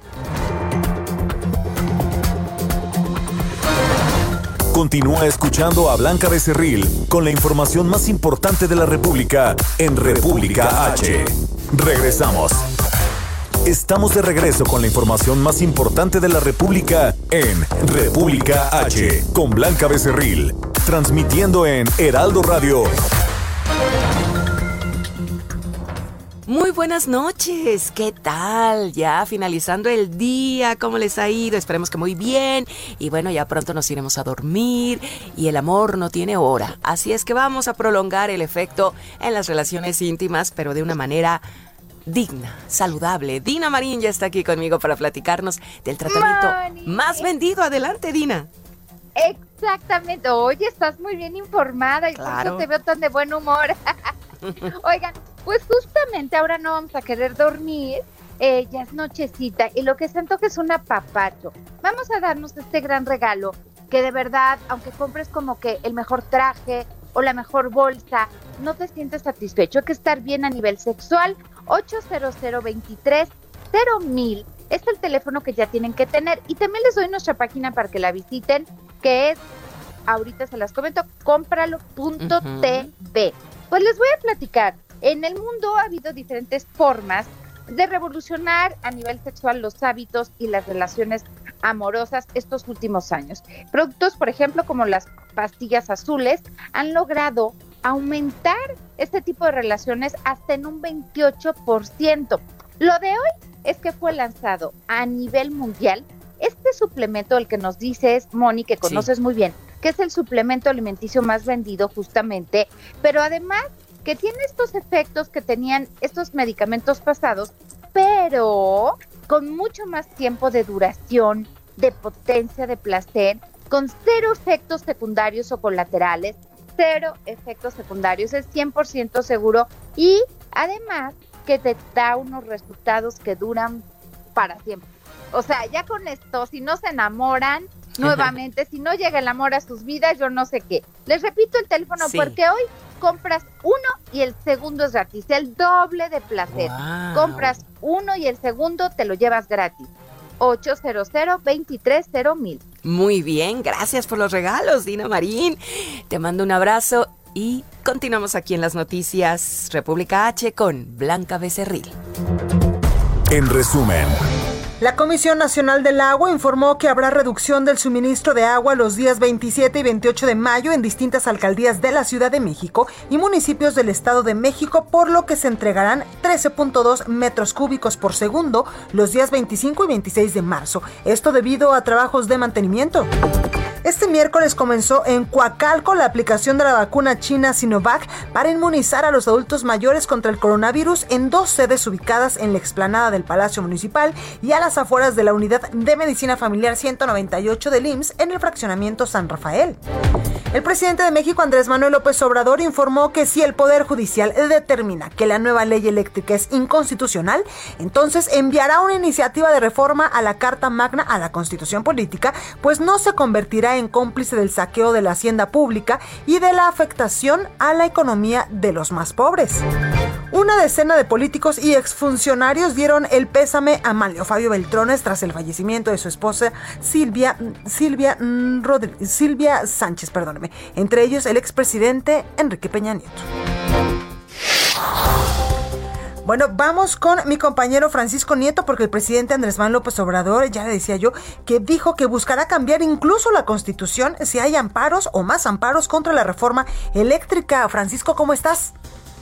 Continúa escuchando a Blanca Becerril con la información más importante de la República en República H. Regresamos. Estamos de regreso con la información más importante de la República en República H con Blanca Becerril, transmitiendo en Heraldo Radio. Muy buenas noches, ¿qué tal? Ya finalizando el día, ¿cómo les ha ido? Esperemos que muy bien. Y bueno, ya pronto nos iremos a dormir y el amor no tiene hora. Así es que vamos a prolongar el efecto en las relaciones íntimas, pero de una manera digna, saludable. Dina Marín ya está aquí conmigo para platicarnos del tratamiento Moni. más vendido. Adelante, Dina. Exactamente. Oye, estás muy bien informada y claro. por eso te veo tan de buen humor. Oigan, pues justamente ahora no vamos a querer dormir, eh, ya es nochecita y lo que se antoja es un apapacho. Vamos a darnos este gran regalo que de verdad, aunque compres como que el mejor traje o la mejor bolsa, no te sientes satisfecho. Hay que estar bien a nivel sexual. ocho cero cero veintitrés cero mil es el teléfono que ya tienen que tener, y también les doy nuestra página para que la visiten, que es, ahorita se las comento, cómpralo punto t v. Pues les voy a platicar. En el mundo ha habido diferentes formas de revolucionar a nivel sexual los hábitos y las relaciones amorosas estos últimos años. Productos, por ejemplo, como las pastillas azules, han logrado aumentar este tipo de relaciones hasta en un veintiocho por ciento. Lo de hoy es que fue lanzado a nivel mundial este suplemento, el que nos dices, Moni, que conoces sí. muy bien, que es el suplemento alimenticio más vendido justamente, pero además que tiene estos efectos que tenían estos medicamentos pasados, pero con mucho más tiempo de duración, de potencia, de placer, con cero efectos secundarios o colaterales, cero efectos secundarios, es cien por ciento seguro, y además que te da unos resultados que duran para siempre. O sea, ya con esto, si no se enamoran nuevamente, si no llega el amor a sus vidas, yo no sé qué. Les repito el teléfono sí. porque hoy compras uno y el segundo es gratis, el doble de placer. Wow. Compras uno y el segundo te lo llevas gratis. ocho cero cero veintitrés cero mil. Muy bien, gracias por los regalos, Dina Marín. Te mando un abrazo y continuamos aquí en las noticias República H con Blanca Becerril. En resumen, la Comisión Nacional del Agua informó que habrá reducción del suministro de agua los días veintisiete y veintiocho de mayo en distintas alcaldías de la Ciudad de México y municipios del Estado de México, por lo que se entregarán trece punto dos metros cúbicos por segundo los días veinticinco y veintiséis de marzo. Esto debido a trabajos de mantenimiento. Este miércoles comenzó en Coacalco la aplicación de la vacuna china Sinovac para inmunizar a los adultos mayores contra el coronavirus en dos sedes ubicadas en la explanada del Palacio Municipal y a las afueras de la Unidad de Medicina Familiar ciento noventa y ocho del I M S S en el fraccionamiento San Rafael. El presidente de México, Andrés Manuel López Obrador, informó que si el Poder Judicial determina que la nueva ley eléctrica es inconstitucional, entonces enviará una iniciativa de reforma a la Carta Magna a la Constitución Política, pues no se convertirá en cómplice del saqueo de la hacienda pública y de la afectación a la economía de los más pobres. Una decena de políticos y exfuncionarios dieron el pésame a Manlio Fabio Beltrones tras el fallecimiento de su esposa Silvia, Silvia, Rodríguez, Silvia Sánchez, perdóneme, entre ellos el expresidente Enrique Peña Nieto. Bueno, vamos con mi compañero Francisco Nieto, porque el presidente Andrés Manuel López Obrador, ya le decía yo, que dijo que buscará cambiar incluso la Constitución si hay amparos o más amparos contra la reforma eléctrica. Francisco, ¿cómo estás?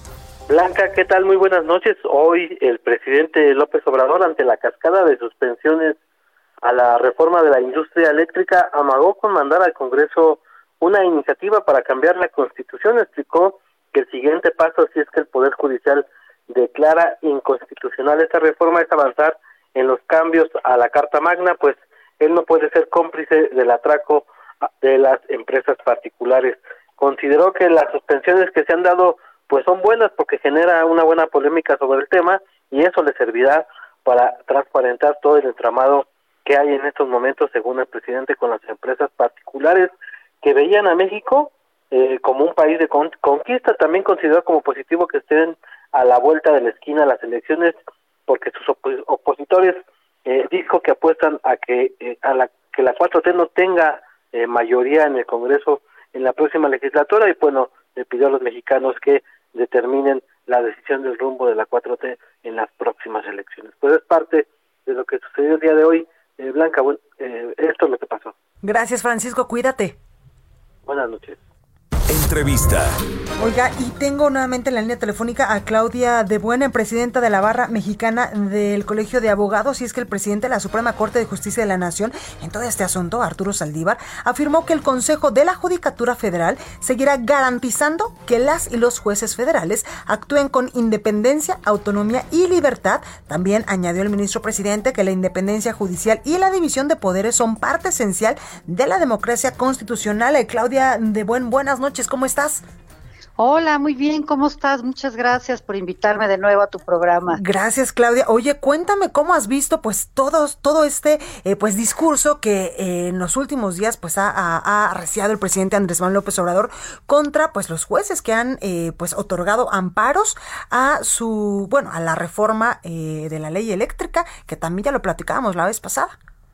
Blanca, ¿qué tal? Muy buenas noches. Hoy el presidente López Obrador, ante la cascada de suspensiones a la reforma de la industria eléctrica, amagó con mandar al Congreso una iniciativa para cambiar la Constitución. Explicó que el siguiente paso, si es que el Poder Judicial declara inconstitucional esta reforma, es avanzar en los cambios a la Carta Magna, pues él no puede ser cómplice del atraco de las empresas particulares. Consideró que las suspensiones que se han dado pues son buenas porque genera una buena polémica sobre el tema y eso le servirá para transparentar todo el entramado que hay en estos momentos, según el presidente, con las empresas particulares que veían a México eh, como un país de con- conquista. También consideró como positivo que estén a la vuelta de la esquina las elecciones, porque sus op- opositores eh, dijo que apuestan a que eh, a la que la cuatro T no tenga eh, mayoría en el Congreso en la próxima legislatura, y bueno, le pidió a los mexicanos que determinen la decisión del rumbo de la cuatro T en las próximas elecciones. Pues es parte de lo que sucedió el día de hoy. eh, Blanca, bueno, eh, esto es lo que pasó. Gracias, Francisco, cuídate. Buenas noches. Entrevista. Oiga, y tengo nuevamente en la línea telefónica a Claudia de Buena, presidenta de la Barra Mexicana del Colegio de Abogados, y es que el presidente de la Suprema Corte de Justicia de la Nación, en todo este asunto, Arturo Saldívar, afirmó que el Consejo de la Judicatura Federal seguirá garantizando que las y los jueces federales actúen con independencia, autonomía y libertad. También añadió el ministro presidente que la independencia judicial y la división de poderes son parte esencial de la democracia constitucional. Eh, Claudia de Buen, buenas noches. ¿Cómo estás? Hola, muy bien, ¿cómo estás? Muchas gracias por invitarme de nuevo a tu programa. Gracias, Claudia. Oye, cuéntame cómo has visto pues todo, todo este eh, pues discurso que eh, en los últimos días pues ha, ha, ha arreciado el presidente Andrés Manuel López Obrador contra pues los jueces que han eh, pues otorgado amparos a su, bueno, a la reforma eh, de la ley eléctrica, que también ya lo platicábamos la vez pasada.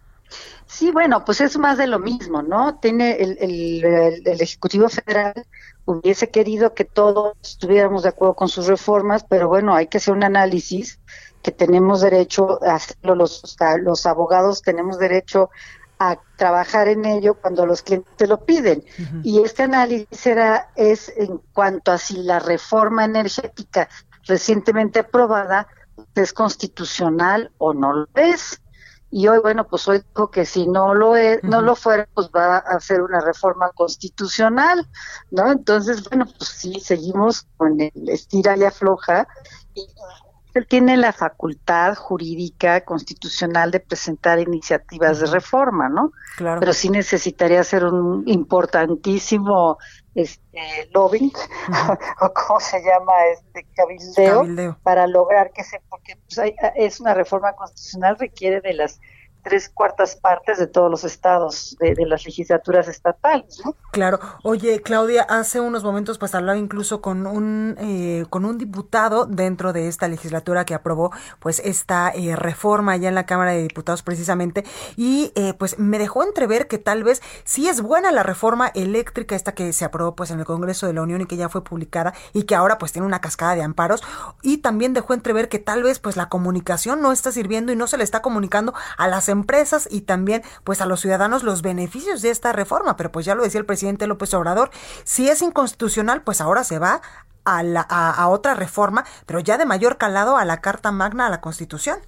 Sí, bueno, pues es más de lo mismo, ¿no? Tiene el, el, el, el Ejecutivo Federal hubiese querido que todos estuviéramos de acuerdo con sus reformas, pero bueno, hay que hacer un análisis que tenemos derecho a hacerlo, los, los abogados tenemos derecho a trabajar en ello cuando los clientes lo piden. Uh-huh. Y este análisis era, es en cuanto a si la reforma energética recientemente aprobada es constitucional o no lo es. Y hoy, bueno, pues hoy dijo que si no lo es, uh-huh. no lo fuera, pues va a hacer una reforma constitucional, ¿no? Entonces, bueno, pues sí, seguimos con el estira y afloja. Y él tiene la facultad jurídica constitucional de presentar iniciativas uh-huh. de reforma, ¿no? Claro. Pero sí necesitaría hacer un importantísimo este lobbying, uh-huh. o cómo se llama, este cabildeo, cabildeo. para lograr que se, porque pues, hay, es una reforma constitucional, requiere de las tres cuartas partes de todos los estados, de, de las legislaturas estatales, ¿no? Claro. Oye, Claudia, hace unos momentos pues hablaba incluso con un eh, con un diputado dentro de esta legislatura que aprobó pues esta eh, reforma allá en la Cámara de Diputados precisamente, y eh, pues me dejó entrever que tal vez sí es buena la reforma eléctrica esta que se aprobó pues en el Congreso de la Unión y que ya fue publicada y que ahora pues tiene una cascada de amparos, y también dejó entrever que tal vez pues la comunicación no está sirviendo y no se le está comunicando a las empresas y también pues a los ciudadanos los beneficios de esta reforma. Pero pues ya lo decía el presidente López Obrador, si es inconstitucional pues ahora se va a, la, a, a otra reforma, pero ya de mayor calado, a la Carta Magna, a la Constitución.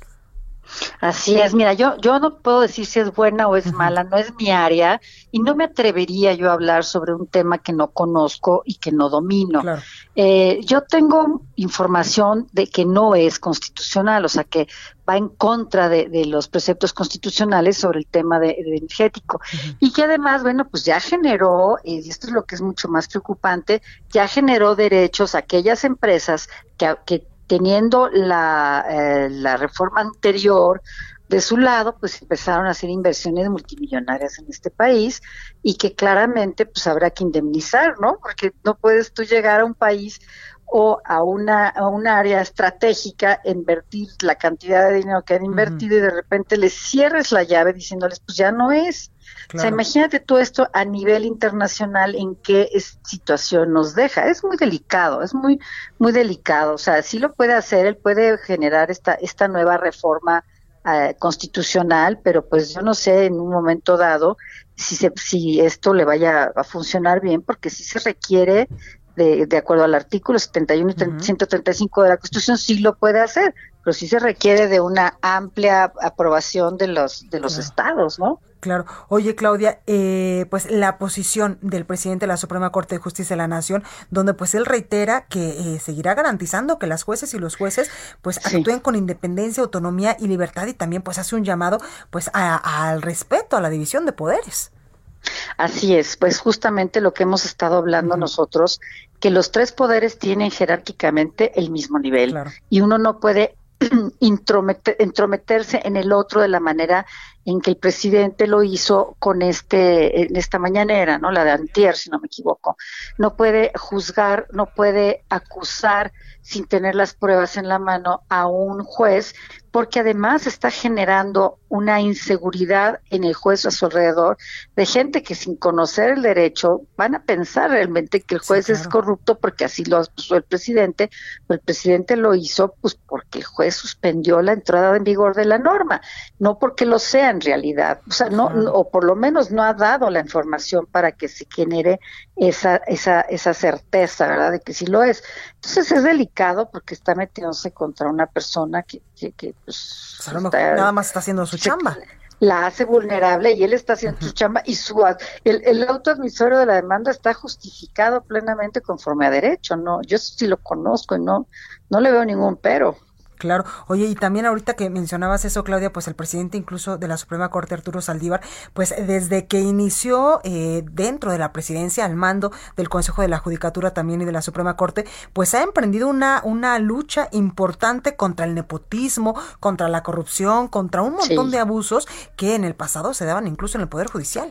Así es, mira, yo yo no puedo decir si es buena o es mala, no es mi área y no me atrevería yo a hablar sobre un tema que no conozco y que no domino. Claro. Eh, yo tengo información de que no es constitucional, o sea que va en contra de, de los preceptos constitucionales sobre el tema de, de energético. Uh-huh. Y que además, bueno, pues ya generó, y esto es lo que es mucho más preocupante, ya generó derechos a aquellas empresas que, que teniendo la, eh, la reforma anterior de su lado, pues empezaron a hacer inversiones multimillonarias en este país y que claramente pues habrá que indemnizar, ¿no? Porque no puedes tú llegar a un país o a una a un área estratégica, invertir la cantidad de dinero que han invertido uh-huh. y de repente les cierres la llave diciéndoles, pues ya no es. Claro. O sea, imagínate todo esto a nivel internacional, en qué es, situación nos deja. Es muy delicado, es muy muy delicado. O sea, sí lo puede hacer, él puede generar esta esta nueva reforma eh, constitucional, pero pues yo no sé en un momento dado si se, si esto le vaya a funcionar bien, porque sí se requiere, de, de acuerdo al artículo setenta y uno y uh-huh. ciento treinta y cinco de la Constitución, sí lo puede hacer, pero sí se requiere de una amplia aprobación de los de los claro. estados, ¿no? Claro. Oye, Claudia, eh, pues la posición del presidente de la Suprema Corte de Justicia de la Nación, donde pues él reitera que eh, seguirá garantizando que las jueces y los jueces pues sí. actúen con independencia, autonomía y libertad, y también pues hace un llamado pues a, al respeto, a la división de poderes. Así es, pues justamente lo que hemos estado hablando uh-huh. nosotros, que los tres poderes tienen jerárquicamente el mismo nivel, claro. y uno no puede intrometer, entrometerse en el otro de la manera en que el presidente lo hizo con este en esta mañanera, ¿no? La de antier, si no me equivoco. No puede juzgar, no puede acusar sin tener las pruebas en la mano a un juez, porque además está generando una inseguridad en el juez a su alrededor, de gente que sin conocer el derecho van a pensar realmente que el juez sí, claro. es corrupto porque así lo puso el presidente, pero el presidente lo hizo pues porque el juez suspendió la entrada en vigor de la norma, no porque lo sea en realidad, o sea, no, no o por lo menos no ha dado la información para que se genere esa esa esa certeza, ¿verdad?, de que sí lo es. Entonces es delicado porque está metiéndose contra una persona que, que, que pues, o sea, a lo mejor nada más está haciendo su chamba. La hace vulnerable y él está haciendo uh-huh. su chamba y su el, el auto admisorio de la demanda está justificado plenamente conforme a derecho, no, yo sí lo conozco y no, no le veo ningún pero. Claro. Oye, y también ahorita que mencionabas eso, Claudia, pues el presidente incluso de la Suprema Corte, Arturo Saldívar, pues desde que inició eh, dentro de la presidencia, al mando del Consejo de la Judicatura también y de la Suprema Corte, pues ha emprendido una una lucha importante contra el nepotismo, contra la corrupción, contra un montón sí. de abusos que en el pasado se daban incluso en el Poder Judicial.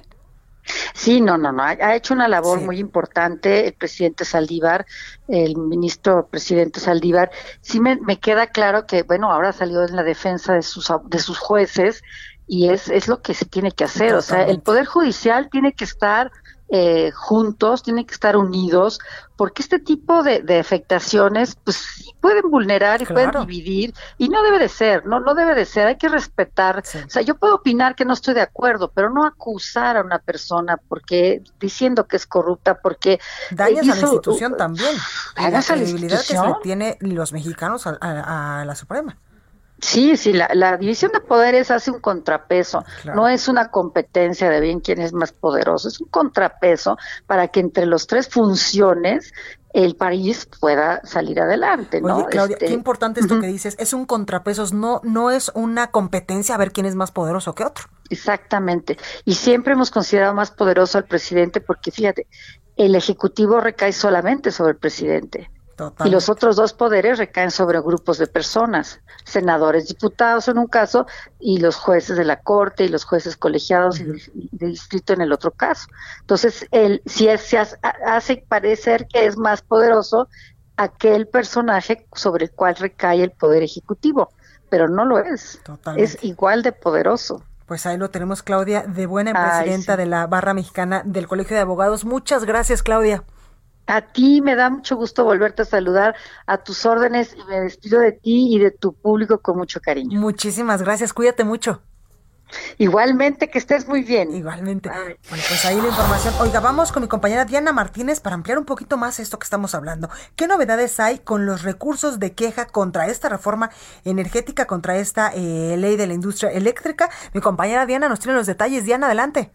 Sí, no, no, no, ha, ha hecho una labor sí. muy importante el presidente Saldívar, el ministro presidente Saldívar. Sí me, me queda claro que, bueno, ahora salió en la defensa de sus de sus jueces y es es lo que se tiene que hacer. Totalmente. O sea, el Poder Judicial tiene que estar eh, juntos, tienen que estar unidos, porque este tipo de, de afectaciones, pues sí pueden vulnerar y claro. pueden dividir, y no debe de ser, no no debe de ser, hay que respetar. Sí. O sea, yo puedo opinar que no estoy de acuerdo, pero no acusar a una persona porque diciendo que es corrupta, porque dañas hizo, a la institución uh, también, y la credibilidad que se le tiene los mexicanos a, a, a la Suprema. Sí, sí, la, la división de poderes hace un contrapeso, claro. no es una competencia de bien quién es más poderoso, es un contrapeso para que entre los tres funciones el país pueda salir adelante, ¿no? Oye, Claudia, este... qué importante esto uh-huh. que dices, es un contrapeso, no, no es una competencia a ver quién es más poderoso que otro. Exactamente, y siempre hemos considerado más poderoso al presidente porque, fíjate, el Ejecutivo recae solamente sobre el presidente. Totalmente. Y los otros dos poderes recaen sobre grupos de personas, senadores, diputados en un caso, y los jueces de la Corte y los jueces colegiados uh-huh. y de, de distrito en el otro caso. Entonces, él si es, se hace, hace parecer que es más poderoso aquel personaje sobre el cual recae el poder ejecutivo, pero no lo es. Totalmente. Es igual de poderoso. Pues ahí lo tenemos, Claudia de Buena, presidenta Ay, sí. de la Barra Mexicana del Colegio de Abogados. Muchas gracias, Claudia. A ti me da mucho gusto volverte a saludar, a tus órdenes, y me despido de ti y de tu público con mucho cariño. Muchísimas gracias, cuídate mucho. Igualmente, que estés muy bien. Igualmente. Bueno, pues ahí la información. Oiga, vamos con mi compañera Diana Martínez para ampliar un poquito más esto que estamos hablando. ¿Qué novedades hay con los recursos de queja contra esta reforma energética, contra esta eh, ley de la industria eléctrica? Mi compañera Diana nos tiene los detalles. Diana, adelante.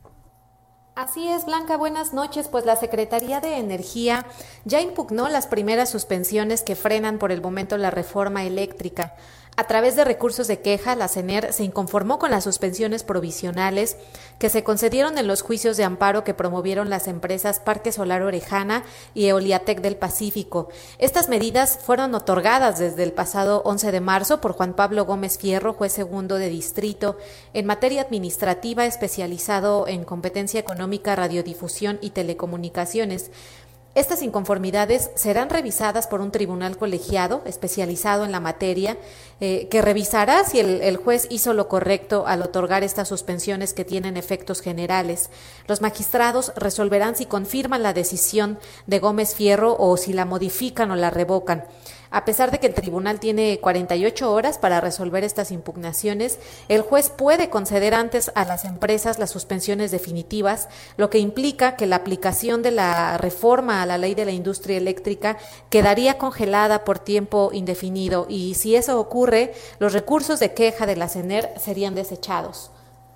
Así es, Blanca, buenas noches. Pues la Secretaría de Energía ya impugnó las primeras suspensiones que frenan por el momento la reforma eléctrica. A través de recursos de queja, la CENER se inconformó con las suspensiones provisionales que se concedieron en los juicios de amparo que promovieron las empresas Parque Solar Orejana y Eoliatec del Pacífico. Estas medidas fueron otorgadas desde el pasado once de marzo por Juan Pablo Gómez Fierro, juez segundo de distrito, en materia administrativa especializado en competencia económica, radiodifusión y telecomunicaciones. Estas inconformidades serán revisadas por un tribunal colegiado especializado en la materia, eh, que revisará si el, el juez hizo lo correcto al otorgar estas suspensiones que tienen efectos generales. Los magistrados resolverán si confirman la decisión de Gómez Fierro o si la modifican o la revocan. A pesar de que el tribunal tiene cuarenta y ocho horas para resolver estas impugnaciones, el juez puede conceder antes a las empresas las suspensiones definitivas, lo que implica que la aplicación de la reforma a la ley de la industria eléctrica quedaría congelada por tiempo indefinido, y si eso ocurre, los recursos de queja de la C E N E R serían desechados.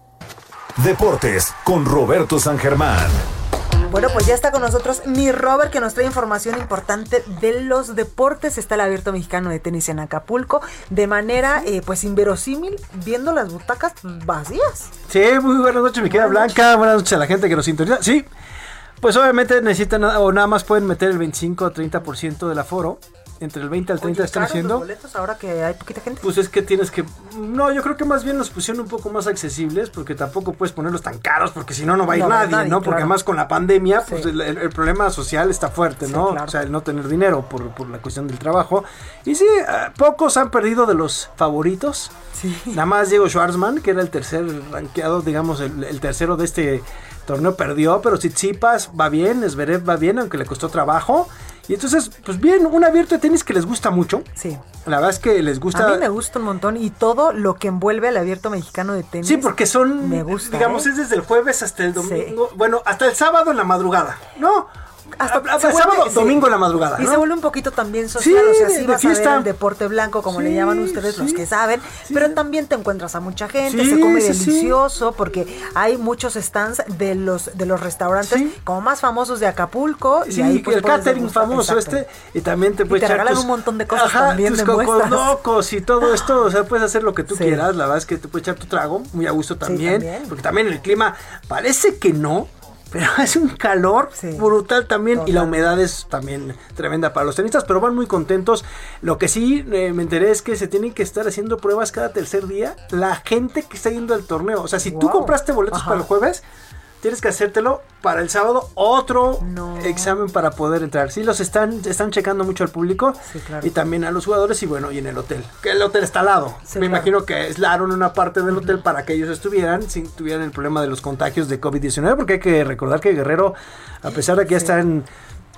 Deportes con Roberto San Germán. Bueno, pues ya está con nosotros mi Robert, que nos trae información importante de los deportes. Está el Abierto Mexicano de Tenis en Acapulco, de manera eh, pues inverosímil, viendo las butacas vacías. Sí, muy buenas noches, mi querida Blanca. Buenas noches a la gente que nos sintoniza. Sí, pues obviamente necesitan, o nada más pueden meter el veinticinco a treinta por ciento del aforo. Entre el veinte al treinta. Oye, están haciendo. ¿Los boletos ahora que hay poquita gente? Pues es que tienes que. No, yo creo que más bien los pusieron un poco más accesibles, porque tampoco puedes ponerlos tan caros, porque si no, no va a ir no, nadie, nadie, ¿no? Porque claro. Además con la pandemia, pues sí. el, el, el problema social está fuerte, ¿no? Sí, claro. O sea, el no tener dinero por, por la cuestión del trabajo. Y sí, pocos han perdido de los favoritos. Sí. Nada más Diego Schwartzman, que era el tercer rankeado, digamos, el, el tercero de este torneo, perdió, pero Tsitsipas va bien, Zverev va bien, aunque le costó trabajo. Y entonces, pues bien, un abierto de tenis que les gusta mucho. Sí. La verdad es que les gusta. A mí me gusta un montón, y todo lo que envuelve al Abierto Mexicano de Tenis. Sí, porque son, me gusta, digamos, ¿eh? Es desde el jueves hasta el domingo. Sí. Bueno, hasta el sábado en la madrugada. No, hasta, hasta el sábado, sí. Domingo en la madrugada, y ¿no? se vuelve un poquito también social, sí, o sea, sí vas fiesta. A ver el deporte blanco, como sí, le llaman ustedes, sí, los que saben, sí. Pero también te encuentras a mucha gente, sí, se come sí, delicioso, sí. Porque hay muchos stands de los de los restaurantes sí. como más famosos de Acapulco. Sí, y ahí, pues, el catering famoso. Exacto. Este, y también te puedes echar regalan tus, un montón de cosas, ajá, también tus de cocos muestras locos y todo esto, o sea, puedes hacer lo que tú sí. quieras, la verdad es que te puedes echar tu trago, muy a gusto también, sí, también. Porque también el clima parece que no, pero hace un calor sí, brutal también, total. Y la humedad es también tremenda para los tenistas, pero van muy contentos. Lo que sí eh, me enteré es que se tienen que estar haciendo pruebas cada tercer día la gente que está yendo al torneo. O sea, si wow. tú compraste boletos Ajá. para el jueves, tienes que hacértelo para el sábado, otro no. examen para poder entrar. Sí, los están están checando mucho al público, sí, claro. Y también a los jugadores, y bueno, y en el hotel, que el hotel está al lado. Sí, me claro. imagino que aislaron una parte del hotel uh-huh. para que ellos estuvieran, si tuvieran el problema de los contagios de COVID diecinueve, porque hay que recordar que Guerrero, a pesar de que ya sí. está en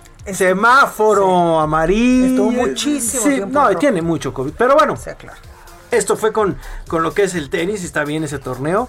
semáforo sí. amarillo, estuvo muchísimo sí, tiempo no, rojo. Tiene mucho COVID, pero bueno, sí, claro. Esto fue con, con lo que es el tenis, está bien ese torneo.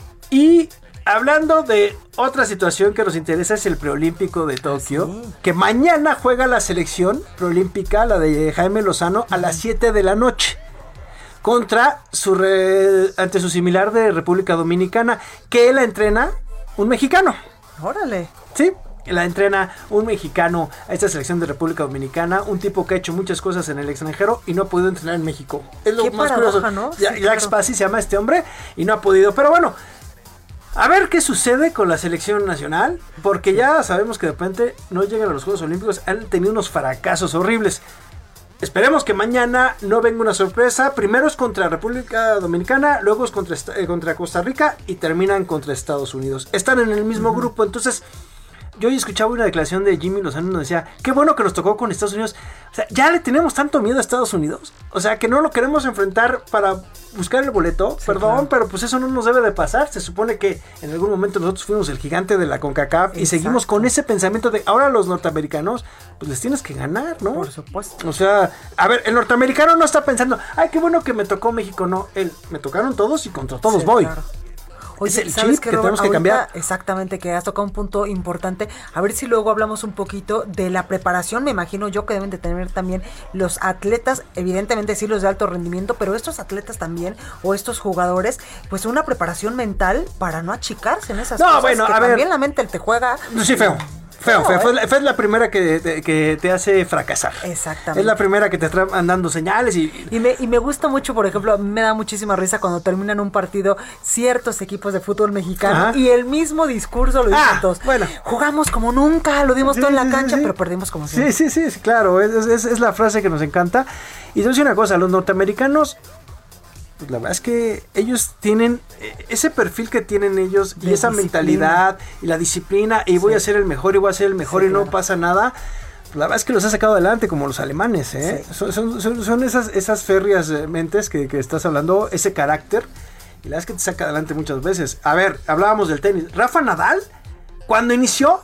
Y hablando de otra situación que nos interesa, es el preolímpico de Tokio, sí. que mañana juega la selección preolímpica, la de Jaime Lozano, a las siete de la noche, contra su re, ante su similar de República Dominicana, que la entrena un mexicano. Órale. Sí, la entrena un mexicano a esta selección de República Dominicana, un tipo que ha hecho muchas cosas en el extranjero y no ha podido entrenar en México. Es lo Qué más paradoja, curioso. ¿no? Ya, sí, Jack Spassi se llama este hombre y no ha podido, pero bueno, a ver qué sucede con la selección nacional, porque ya sabemos que de repente no llegan a los Juegos Olímpicos, han tenido unos fracasos horribles. Esperemos que mañana no venga una sorpresa. Primero es contra República Dominicana, luego es contra, eh, contra Costa Rica y terminan contra Estados Unidos. Están en el mismo uh-huh. grupo, entonces yo hoy escuchaba una declaración de Jimmy Lozano, nos decía, qué bueno que nos tocó con Estados Unidos. O sea, ya le tenemos tanto miedo a Estados Unidos, o sea, que no lo queremos enfrentar para buscar el boleto, sí, perdón, claro. Pero pues eso no nos debe de pasar. Se supone que en algún momento nosotros fuimos el gigante de la CONCACAF. Exacto. Y seguimos con ese pensamiento de ahora los norteamericanos, pues les tienes que ganar, ¿no? Por supuesto. O sea, a ver, el norteamericano no está pensando, ay, qué bueno que me tocó México, no, él, me tocaron todos y contra todos sí, voy. Claro. Oye, es el ¿sabes chip qué, que Robert? tenemos que cambiar. Exactamente, que has tocado un punto importante. A ver si luego hablamos un poquito de la preparación. Me imagino yo que deben de tener también los atletas, evidentemente sí los de alto rendimiento, pero estos atletas también, o estos jugadores, pues una preparación mental para no achicarse en esas no, cosas. Bueno, que a también ver. la mente te juega. No, sí, feo. Feo, no, feo. ¿eh? Fue, la, fue la primera que te, que te hace fracasar. Exactamente. Es la primera que te está dando señales y... Y me, y me gusta mucho, por ejemplo, me da muchísima risa cuando terminan un partido ciertos equipos de fútbol mexicano. Ajá. Y el mismo discurso lo dicen ah, todos. Bueno. Jugamos como nunca, lo dimos sí, todo en la sí, cancha, sí. pero perdimos como siempre. Sí, sí, sí, claro, es, es, es la frase que nos encanta. Y te voy a decir una cosa, los norteamericanos... Pues la verdad es que ellos tienen ese perfil que tienen ellos y esa disciplina. Mentalidad y la disciplina y sí. voy a ser el mejor y voy a ser el mejor sí, y no claro. pasa nada. la verdad es que los ha sacado adelante como los alemanes, ¿eh? Sí. Son, son, son, son esas, esas férreas mentes que, que estás hablando, ese carácter, y la verdad es que te saca adelante muchas veces. A ver, hablábamos del tenis. Rafa Nadal, cuando inició,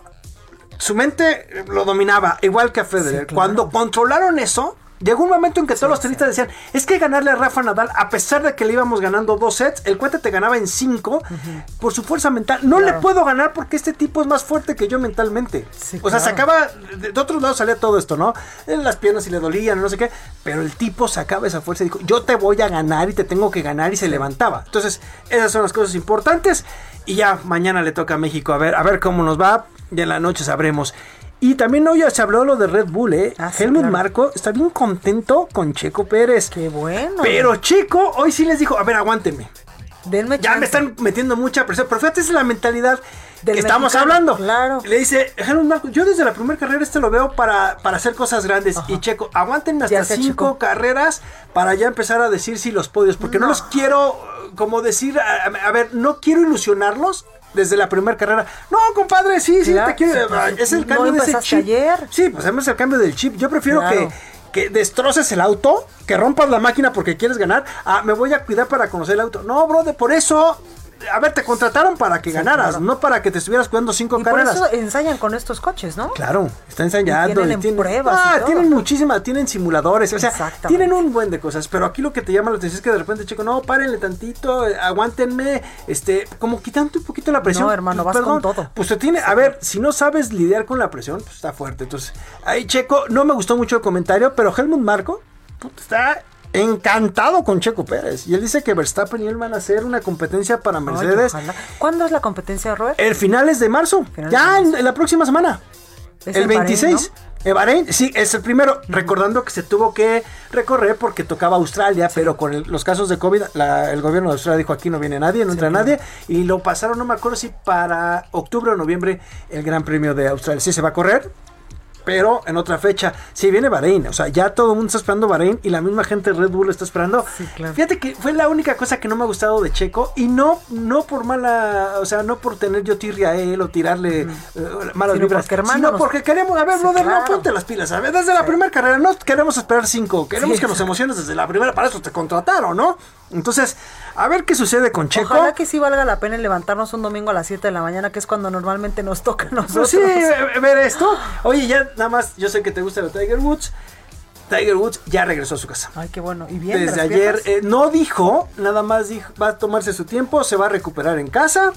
su mente lo dominaba, igual que a Federer. Sí, claro. Cuando controlaron eso, llegó un momento en que sí, todos los tenistas sí. decían, es que ganarle a Rafa Nadal, a pesar de que le íbamos ganando dos sets, el cuate te ganaba en cinco, uh-huh. por su fuerza mental. No claro. le puedo ganar porque este tipo es más fuerte que yo mentalmente. Sí, o sea, claro. sacaba, de, de otros lados salía todo esto, ¿no? En las piernas y le dolían, no sé qué, pero el tipo sacaba esa fuerza y dijo, yo te voy a ganar y te tengo que ganar, y se sí. levantaba. Entonces, esas son las cosas importantes, y ya mañana le toca a México, a ver, a ver cómo nos va, ya en la noche sabremos. Y también hoy se habló lo de Red Bull, ¿eh? Ah, sí, Helmut claro. Marko está bien contento con Checo Pérez. ¡Qué bueno! Pero Checo hoy sí les dijo, a ver, aguántenme. Denme ya chance. me están metiendo mucha presión. Pero fíjate, esa es la mentalidad del que estamos hablando. Claro. Le dice, Helmut Marko, yo desde la primera carrera este lo veo para, para hacer cosas grandes. Ajá. Y Checo, aguántenme hasta cinco Checo. carreras para ya empezar a decir sí los podios. Porque no, no los quiero, como decir, a, a ver, no quiero ilusionarlos desde la primera carrera. No, compadre, sí, sí, claro, te quiero. Sí, pues, es el cambio no de ese chip. Ayer. Sí, pues además el cambio del chip. Yo prefiero claro. que, que destroces el auto, que rompas la máquina porque quieres ganar. Ah, me voy a cuidar para conocer el auto. No, brother, por eso. A ver, te contrataron para que sí, ganaras, claro. no para que te estuvieras jugando cinco y carreras. Por eso ensayan con estos coches, ¿no? Claro, están ensayando. Y tienen, y tienen pruebas. Ah, y todo. tienen muchísimas, tienen simuladores, o sea, tienen un buen de cosas. Pero aquí lo que te llama la atención es que de repente, chico, no, párenle tantito, aguántenme, este, como quitando un poquito la presión. No, hermano, pues, vas perdón, con todo. Pues te tiene, a ver, si no sabes lidiar con la presión, pues está fuerte. Entonces, ahí Checo, no me gustó mucho el comentario, pero Helmut Marko está encantado con Checo Pérez, y él dice que Verstappen y él van a hacer una competencia para Mercedes. Ay, ¿cuándo es la competencia, Robert? El finales de marzo, finales ya de marzo. En, en la próxima semana, el veintiséis. Bahrein, ¿no? En Bahrein, sí, es el primero, uh-huh. recordando que se tuvo que recorrer porque tocaba Australia, sí. pero con el, los casos de COVID, la, el gobierno de Australia dijo, aquí no viene nadie, no sí, entra claro. nadie, y lo pasaron, no me acuerdo si para octubre o noviembre, el Gran Premio de Australia. Sí se va a correr, pero en otra fecha. Sí, viene Bahrein, o sea, ya todo el mundo está esperando Bahrein y la misma gente de Red Bull está esperando. Sí, claro. Fíjate que fue la única cosa que no me ha gustado de Checo, y no no por mala, o sea, no por tener yo tirria a él o tirarle mm. uh, malas sino vibras, porque, hermano, sino nos... porque queremos, a ver, sí, brother, claro. no ponte las pilas, a ver, desde sí. la primera carrera no queremos esperar cinco, queremos sí, que nos emociones desde la primera, para eso te contrataron, ¿no? Entonces, a ver qué sucede con Checo. Ojalá que sí valga la pena levantarnos un domingo a las siete de la mañana, que es cuando normalmente nos toca a nosotros. Pues sí, ver esto. Oye, ya nada más, yo sé que te gusta lo de Tiger Woods. Tiger Woods ya regresó a su casa. Ay, qué bueno. ¿Y bien? Desde ayer, eh, no dijo, nada más dijo, va a tomarse su tiempo, se va a recuperar en casa.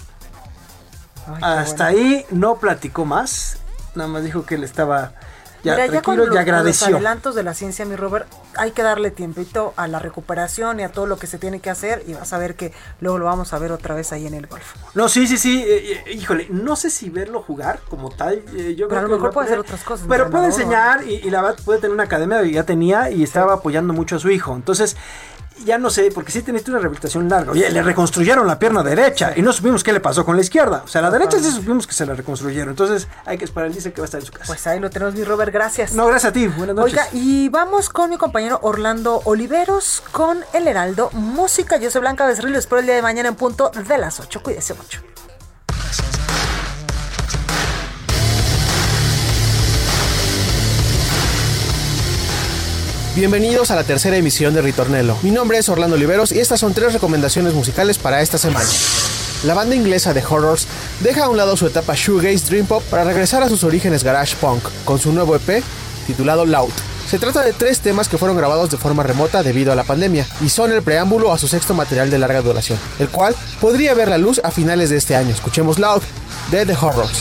Ay, hasta bueno. ahí no platicó más. Nada más dijo que él estaba ya Mira, tranquilo ya y agradeció. Los adelantos de la ciencia, mi Robert, hay que darle tiempito a la recuperación y a todo lo que se tiene que hacer, y vas a ver que luego lo vamos a ver otra vez ahí en el golf. No, sí, sí, sí, eh, eh, híjole, no sé si verlo jugar como tal, eh, yo pero creo a lo que mejor puede hacer otras cosas. Pero puede enseñar y, y la verdad puede tener una academia que ya tenía y estaba apoyando mucho a su hijo, entonces ya no sé, porque sí teniste una rehabilitación larga. Oye, le reconstruyeron la pierna derecha y no supimos qué le pasó con la izquierda. O sea, la derecha sí supimos que se la reconstruyeron. Entonces hay que esperar. Él dice que va a estar en su casa. Pues ahí lo tenemos, mi Robert. Gracias. No, gracias a ti. Buenas noches. Oiga, y vamos con mi compañero Orlando Oliveros con El Heraldo Música. Yo soy Blanca Becerril. Espero el día de mañana en punto de las ocho. Cuídese mucho. Bienvenidos a la tercera emisión de Ritornello. Mi nombre es Orlando Oliveros y estas son tres recomendaciones musicales para esta semana. La banda inglesa The Horrors deja a un lado su etapa shoegaze dream pop para regresar a sus orígenes garage punk con su nuevo E P titulado Loud. Se trata de tres temas que fueron grabados de forma remota debido a la pandemia y son el preámbulo a su sexto material de larga duración, el cual podría ver la luz a finales de este año. Escuchemos Loud de The Horrors.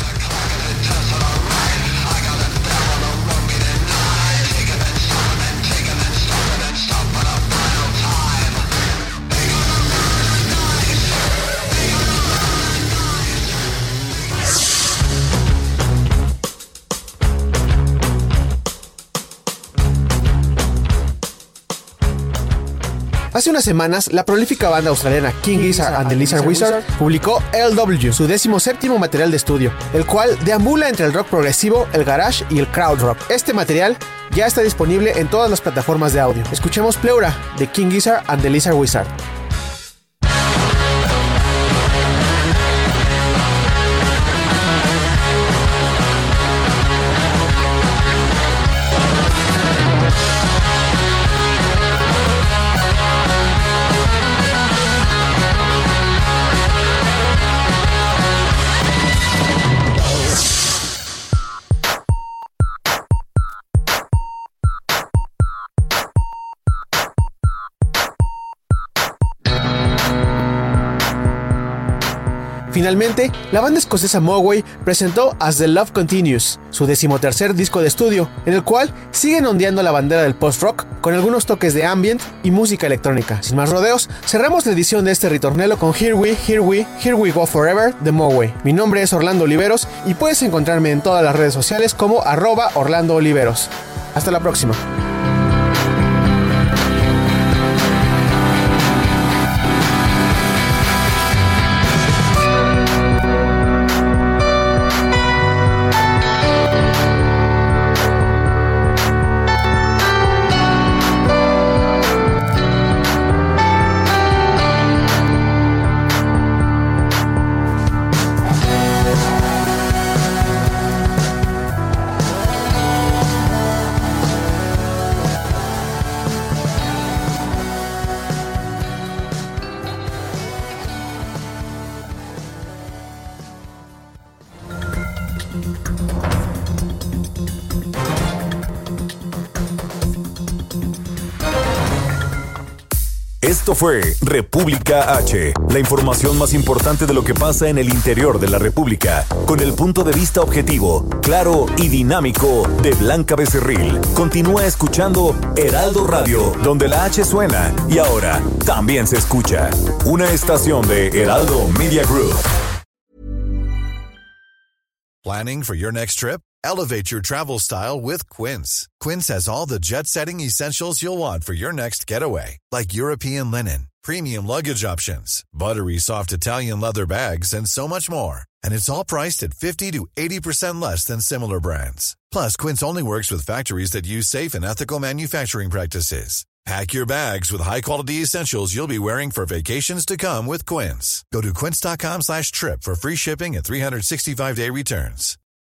Hace unas semanas, la prolífica banda australiana King Gizzard and the Lizard Wizard publicó L W, su décimo séptimo material de estudio, el cual deambula entre el rock progresivo, el garage y el crowd rock. Este material ya está disponible en todas las plataformas de audio. Escuchemos Pleura de King Gizzard and the Lizard Wizard. Finalmente, la banda escocesa Mogwai presentó As the Love Continues, su decimotercer disco de estudio, en el cual siguen ondeando la bandera del post-rock con algunos toques de ambient y música electrónica. Sin más rodeos, cerramos la edición de este ritornelo con Here We, Here We, Here We Go Forever de Mogwai. Mi nombre es Orlando Oliveros y puedes encontrarme en todas las redes sociales como arroba Orlando Oliveros. Hasta la próxima. Esto fue República H, la información más importante de lo que pasa en el interior de la República, con el punto de vista objetivo, claro y dinámico de Blanca Becerril. Continúa escuchando Heraldo Radio, donde la H suena y ahora también se escucha. Una estación de Heraldo Media Group. Planning for your next trip? Elevate your travel style with Quince. Quince has all the jet-setting essentials you'll want for your next getaway, like European linen, premium luggage options, buttery soft Italian leather bags, and so much more. And it's all priced at fifty to eighty percent less than similar brands. Plus, Quince only works with factories that use safe and ethical manufacturing practices. Pack your bags with high-quality essentials you'll be wearing for vacations to come with Quince. Go to quince.com slash trip for free shipping and three sixty-five day returns.